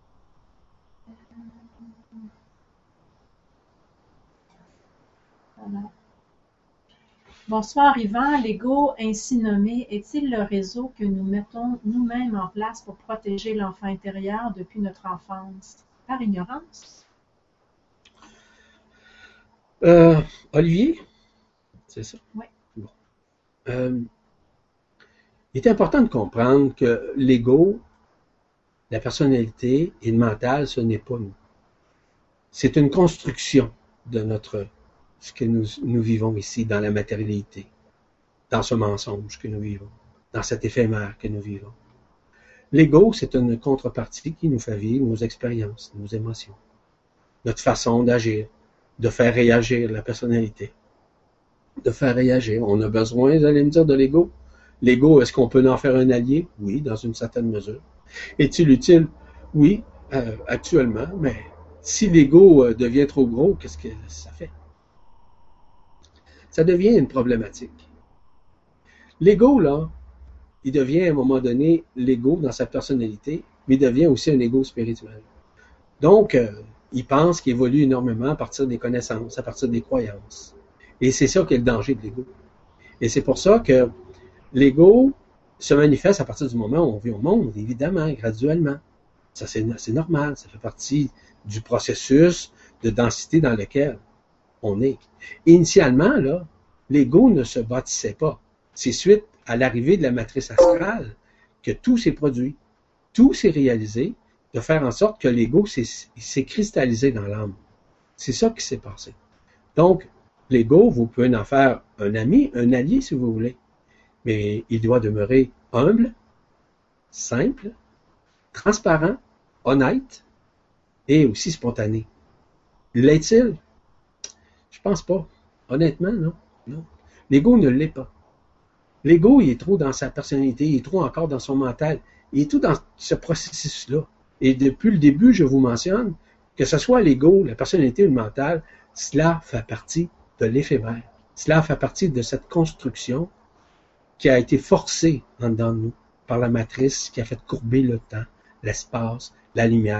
Voilà. Bonsoir Yvan, l'ego ainsi nommé est-il le réseau que nous mettons nous-mêmes en place pour protéger l'enfant intérieur depuis notre enfance, par ignorance? Olivier? C'est ça? Oui. Bon. Il est important de comprendre que l'ego, la personnalité et le mental, ce n'est pas nous. C'est une construction de ce que nous vivons ici dans la matérialité, dans ce mensonge que nous vivons, dans cet éphémère que nous vivons. L'ego, c'est une contrepartie qui nous fait vivre nos expériences, nos émotions, notre façon d'agir, de faire réagir la personnalité, de faire réagir. On a besoin, vous allez me dire, de l'ego. L'ego, est-ce qu'on peut en faire un allié? Oui, dans une certaine mesure. Est-il utile? Oui, actuellement, mais si l'ego devient trop gros, qu'est-ce que ça fait? Ça devient une problématique. L'ego, là, il devient à un moment donné l'ego dans sa personnalité, mais il devient aussi un ego spirituel. Donc, il pense qu'il évolue énormément à partir des connaissances, à partir des croyances. Et c'est ça qui est le danger de l'ego. Et c'est pour ça que l'ego se manifeste à partir du moment où on vit au monde, évidemment, graduellement. Ça, c'est normal, ça fait partie du processus de densité dans lequel on est. Initialement, là, l'ego ne se bâtissait pas. C'est suite à l'arrivée de la matrice astrale que tout s'est produit, tout s'est réalisé, de faire en sorte que l'ego s'est cristallisé dans l'âme. C'est ça qui s'est passé. Donc, l'ego, vous pouvez en faire un ami, un allié si vous voulez, mais il doit demeurer humble, simple, transparent, honnête et aussi spontané. L'est-il? Je pense pas. Honnêtement, non. Non. L'ego ne l'est pas. L'ego, il est trop dans sa personnalité, il est trop encore dans son mental, il est tout dans ce processus-là. Et depuis le début, je vous mentionne, que ce soit l'ego, la personnalité ou le mental, cela fait partie de l'éphémère. Cela fait partie de cette construction qui a été forcée en dedans de nous par la matrice qui a fait courber le temps, l'espace, la lumière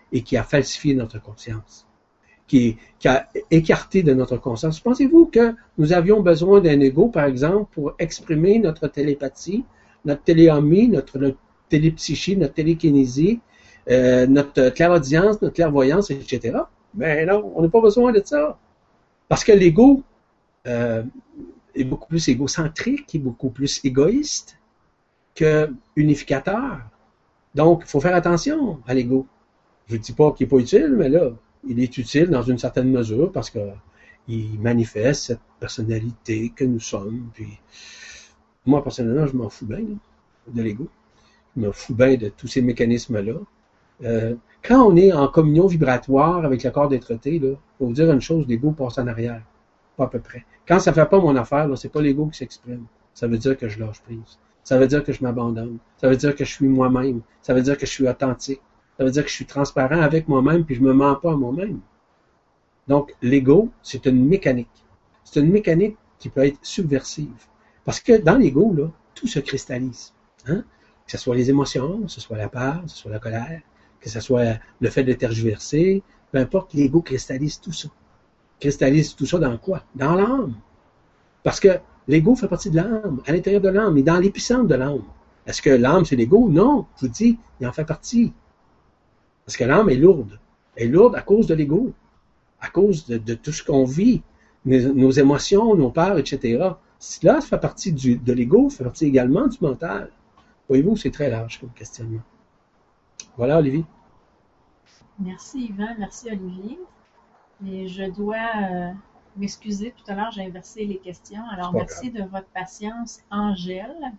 et qui a falsifié notre conscience, qui a écarté de notre conscience. Pensez-vous que nous avions besoin d'un ego, par exemple, pour exprimer notre télépathie, notre téléomie, notre télépsychie, notre télékinésie, notre clairaudience, notre clairvoyance, etc. Mais non, on n'a pas besoin de ça. Parce que l'ego est beaucoup plus égocentrique, est beaucoup plus égoïste que unificateur. Donc, il faut faire attention à l'ego. Je ne dis pas qu'il n'est pas utile, mais là, il est utile dans une certaine mesure parce qu'il manifeste cette personnalité que nous sommes. Puis, moi, personnellement, je m'en fous bien de l'ego. Je m'en fous bien de tous ces mécanismes-là. Quand on est en communion vibratoire avec le corps d'être-té, il faut vous dire une chose, l'ego passe en arrière. Pas à peu près. Quand ça ne fait pas mon affaire, ce n'est pas l'ego qui s'exprime. Ça veut dire que je lâche prise. Ça veut dire que je m'abandonne. Ça veut dire que je suis moi-même. Ça veut dire que je suis authentique. Ça veut dire que je suis transparent avec moi-même puis je ne me mens pas à moi-même. Donc, l'ego, c'est une mécanique. C'est une mécanique qui peut être subversive. Parce que dans l'ego, là, tout se cristallise. Hein? Que ce soit les émotions, que ce soit la peur, que ce soit la colère, que ce soit le fait de tergiverser, peu importe, l'ego cristallise tout ça. Cristallise tout ça dans quoi? Dans l'âme. Parce que l'ego fait partie de l'âme, à l'intérieur de l'âme, et dans l'épicentre de l'âme. Est-ce que l'âme, c'est l'ego? Non. Je vous dis, il en fait partie. Parce que l'âme est lourde. Elle est lourde à cause de l'ego. À cause de tout ce qu'on vit, nos émotions, nos peurs, etc. Cela fait partie de l'ego, fait partie également du mental. Voyez-vous, c'est très large comme questionnement. Voilà, Olivier. Merci Yvan, merci Olivier. Et je dois m'excuser, tout à l'heure j'ai inversé les questions. Alors merci de votre patience, Angèle.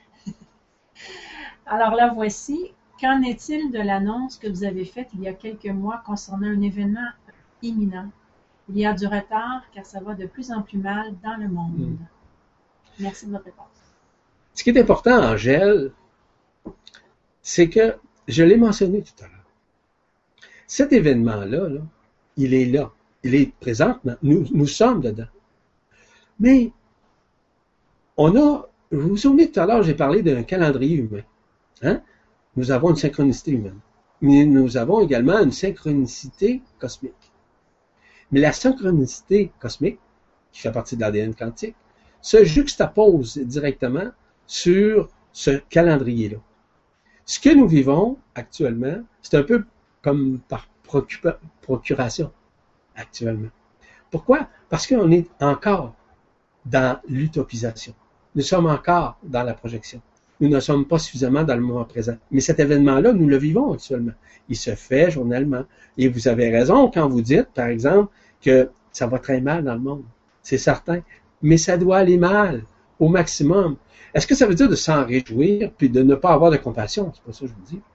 Alors la voici. Qu'en est-il de l'annonce que vous avez faite il y a quelques mois concernant un événement imminent? Il y a du retard car ça va de plus en plus mal dans le monde. Merci de votre réponse. Ce qui est important, Angèle, c'est que, je l'ai mentionné tout à l'heure, cet événement-là, il est là. Il est présent. Nous sommes dedans. Mais, vous vous souvenez tout à l'heure, j'ai parlé d'un calendrier humain. Hein? Nous avons une synchronicité humaine. Mais nous avons également une synchronicité cosmique. Mais la synchronicité cosmique, qui fait partie de l'ADN quantique, se juxtapose directement sur ce calendrier-là. Ce que nous vivons actuellement, c'est un peu comme par procuration actuellement. Pourquoi? Parce qu'on est encore dans l'utopisation. Nous sommes encore dans la projection. Nous ne sommes pas suffisamment dans le moment présent. Mais cet événement-là, nous le vivons actuellement. Il se fait journellement. Et vous avez raison quand vous dites, par exemple, que ça va très mal dans le monde. C'est certain. Mais ça doit aller mal, au maximum. Est-ce que ça veut dire de s'en réjouir puis de ne pas avoir de compassion? C'est pas ça que je vous dis.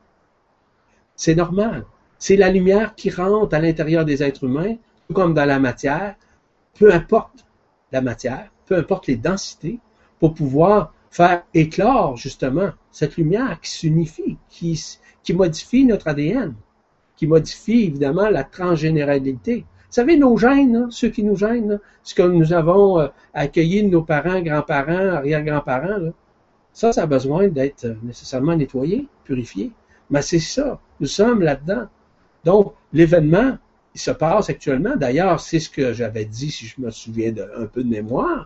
C'est normal. C'est la lumière qui rentre à l'intérieur des êtres humains, tout comme dans la matière, peu importe la matière, peu importe les densités, pour pouvoir faire éclore justement cette lumière qui s'unifie, qui modifie notre ADN, qui modifie évidemment la transgénéralité. Vous savez, nos gènes, là, ceux qui nous gênent, là, ce que nous avons accueilli de nos parents, grands-parents, arrière-grands-parents, là, ça a besoin d'être nécessairement nettoyé, purifié. Mais c'est ça, nous sommes là-dedans. Donc, l'événement, il se passe actuellement. D'ailleurs, c'est ce que j'avais dit, si je me souviens un peu de mémoire.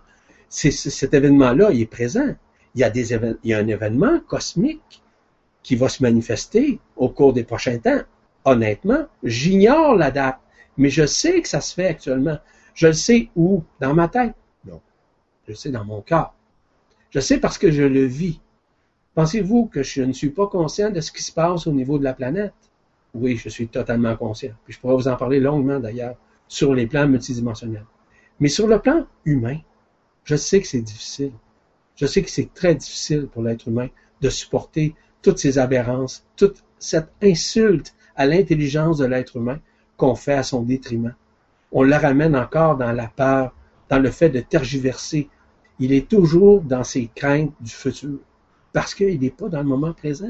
Cet événement-là, il est présent. Il y a un événement cosmique qui va se manifester au cours des prochains temps. Honnêtement, j'ignore la date, mais je sais que ça se fait actuellement. Je le sais où? Dans ma tête? Non. Je le sais dans mon cœur. Je sais parce que je le vis. Pensez-vous que je ne suis pas conscient de ce qui se passe au niveau de la planète? Oui, je suis totalement conscient. Puis je pourrais vous en parler longuement d'ailleurs sur les plans multidimensionnels. Mais sur le plan humain, je sais que c'est difficile. Je sais que c'est très difficile pour l'être humain de supporter toutes ces aberrances, toute cette insulte à l'intelligence de l'être humain qu'on fait à son détriment. On le ramène encore dans la peur, dans le fait de tergiverser. Il est toujours dans ses craintes du futur, parce qu'il n'est pas dans le moment présent.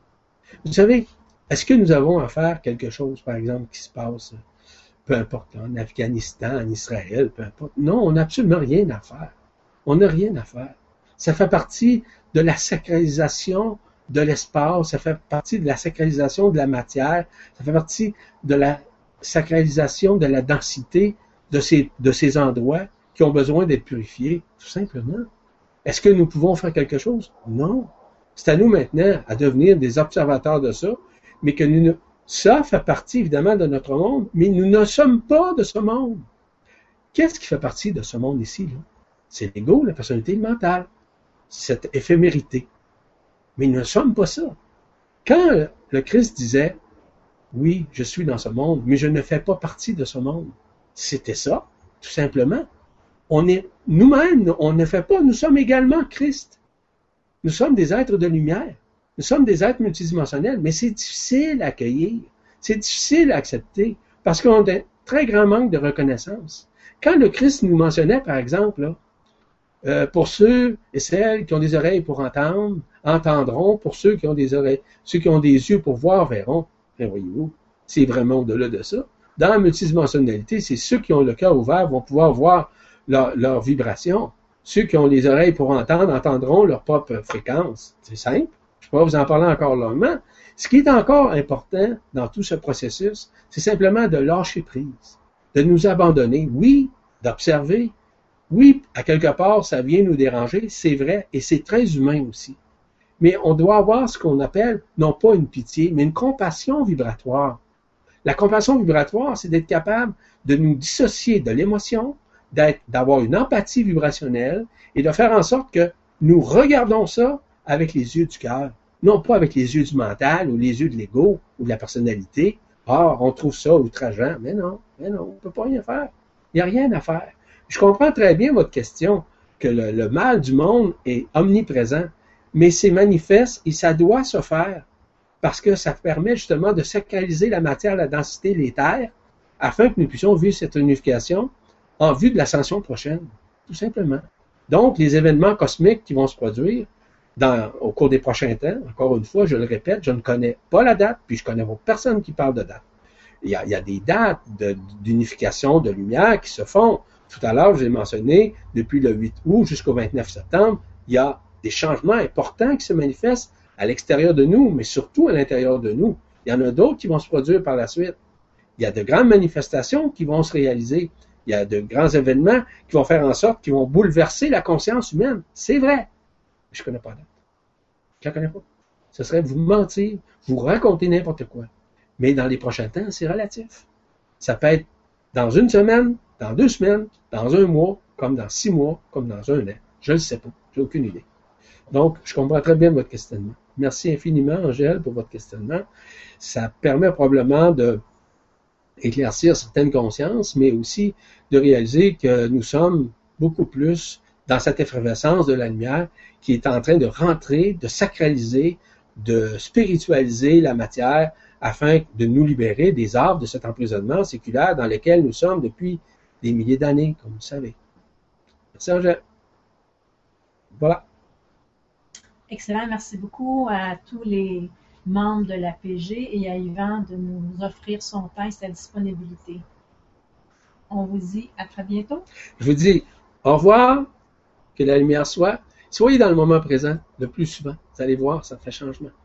Vous savez, est-ce que nous avons à faire quelque chose, par exemple, qui se passe, peu importe, en Afghanistan, en Israël, peu importe. Non, on n'a absolument rien à faire. On n'a rien à faire. Ça fait partie de la sacralisation de l'espace, ça fait partie de la sacralisation de la matière, ça fait partie de la sacralisation de la densité de ces endroits qui ont besoin d'être purifiés, tout simplement. Est-ce que nous pouvons faire quelque chose? Non. C'est à nous maintenant à devenir des observateurs de ça, mais que ça fait partie évidemment de notre monde, mais nous ne sommes pas de ce monde. Qu'est-ce qui fait partie de ce monde ici, là? C'est l'ego, la personnalité, le mental, cette éphémérité. Mais nous ne sommes pas ça. Quand le Christ disait, oui, je suis dans ce monde, mais je ne fais pas partie de ce monde, c'était ça, tout simplement. Nous-mêmes, on ne fait pas, nous sommes également Christ. Nous sommes des êtres de lumière. Nous sommes des êtres multidimensionnels, mais c'est difficile à accueillir. C'est difficile à accepter parce qu'on a un très grand manque de reconnaissance. Quand le Christ nous mentionnait, par exemple, là, pour ceux et celles qui ont des oreilles pour entendre, entendront. Pour ceux qui ont des oreilles, ceux qui ont des yeux pour voir, verront. Et voyez-vous, c'est vraiment au-delà de ça. Dans la multidimensionnalité, c'est ceux qui ont le cœur ouvert vont pouvoir voir leur vibration. Ceux qui ont les oreilles pour entendre entendront leur propre fréquence. C'est simple. Je ne peux pas vous en parler encore longuement. Ce qui est encore important dans tout ce processus, c'est simplement de lâcher prise, de nous abandonner. Oui, d'observer. Oui, à quelque part, ça vient nous déranger, c'est vrai, et c'est très humain aussi. Mais on doit avoir ce qu'on appelle, non pas une pitié, mais une compassion vibratoire. La compassion vibratoire, c'est d'être capable de nous dissocier de l'émotion, d'avoir une empathie vibrationnelle et de faire en sorte que nous regardons ça avec les yeux du cœur, non pas avec les yeux du mental ou les yeux de l'ego ou de la personnalité. Ah, on trouve ça outrageant. Mais non, on ne peut pas rien faire. Il n'y a rien à faire. Je comprends très bien votre question, que le mal du monde est omniprésent, mais c'est manifeste et ça doit se faire parce que ça permet justement de sacraliser la matière, la densité, l'éther, afin que nous puissions vivre cette unification en vue de l'ascension prochaine, tout simplement. Donc, les événements cosmiques qui vont se produire au cours des prochains temps, encore une fois, je le répète, je ne connais pas la date, puis je connais personne qui parle de date. Il y a des dates d'unification de lumière qui se font. Tout à l'heure, je l'ai mentionné, depuis le 8 août jusqu'au 29 septembre, il y a des changements importants qui se manifestent à l'extérieur de nous, mais surtout à l'intérieur de nous. Il y en a d'autres qui vont se produire par la suite. Il y a de grandes manifestations qui vont se réaliser. Il y a de grands événements qui vont faire en sorte qu'ils vont bouleverser la conscience humaine. C'est vrai. Je ne connais pas la date. Je ne la connais pas. Ce serait vous mentir, vous raconter n'importe quoi. Mais dans les prochains temps, c'est relatif. Ça peut être dans une semaine, dans 2 semaines, dans 1 mois, comme dans 6 mois, comme dans 1 an. Je ne le sais pas. J'ai aucune idée. Donc, je comprends très bien votre questionnement. Merci infiniment, Angèle, pour votre questionnement. Ça permet probablement d'éclaircir certaines consciences, mais aussi de réaliser que nous sommes beaucoup plus dans cette effervescence de la lumière qui est en train de rentrer, de sacraliser, de spiritualiser la matière afin de nous libérer des arbres de cet emprisonnement séculaire dans lequel nous sommes depuis des milliers d'années, comme vous le savez. Merci, Angèle. Voilà. Excellent. Merci beaucoup à tous les membres de l'APG et à Yvan de nous offrir son temps et sa disponibilité. On vous dit à très bientôt. Je vous dis au revoir, que la lumière soit. Soyez dans le moment présent le plus souvent. Vous allez voir, ça fait changement.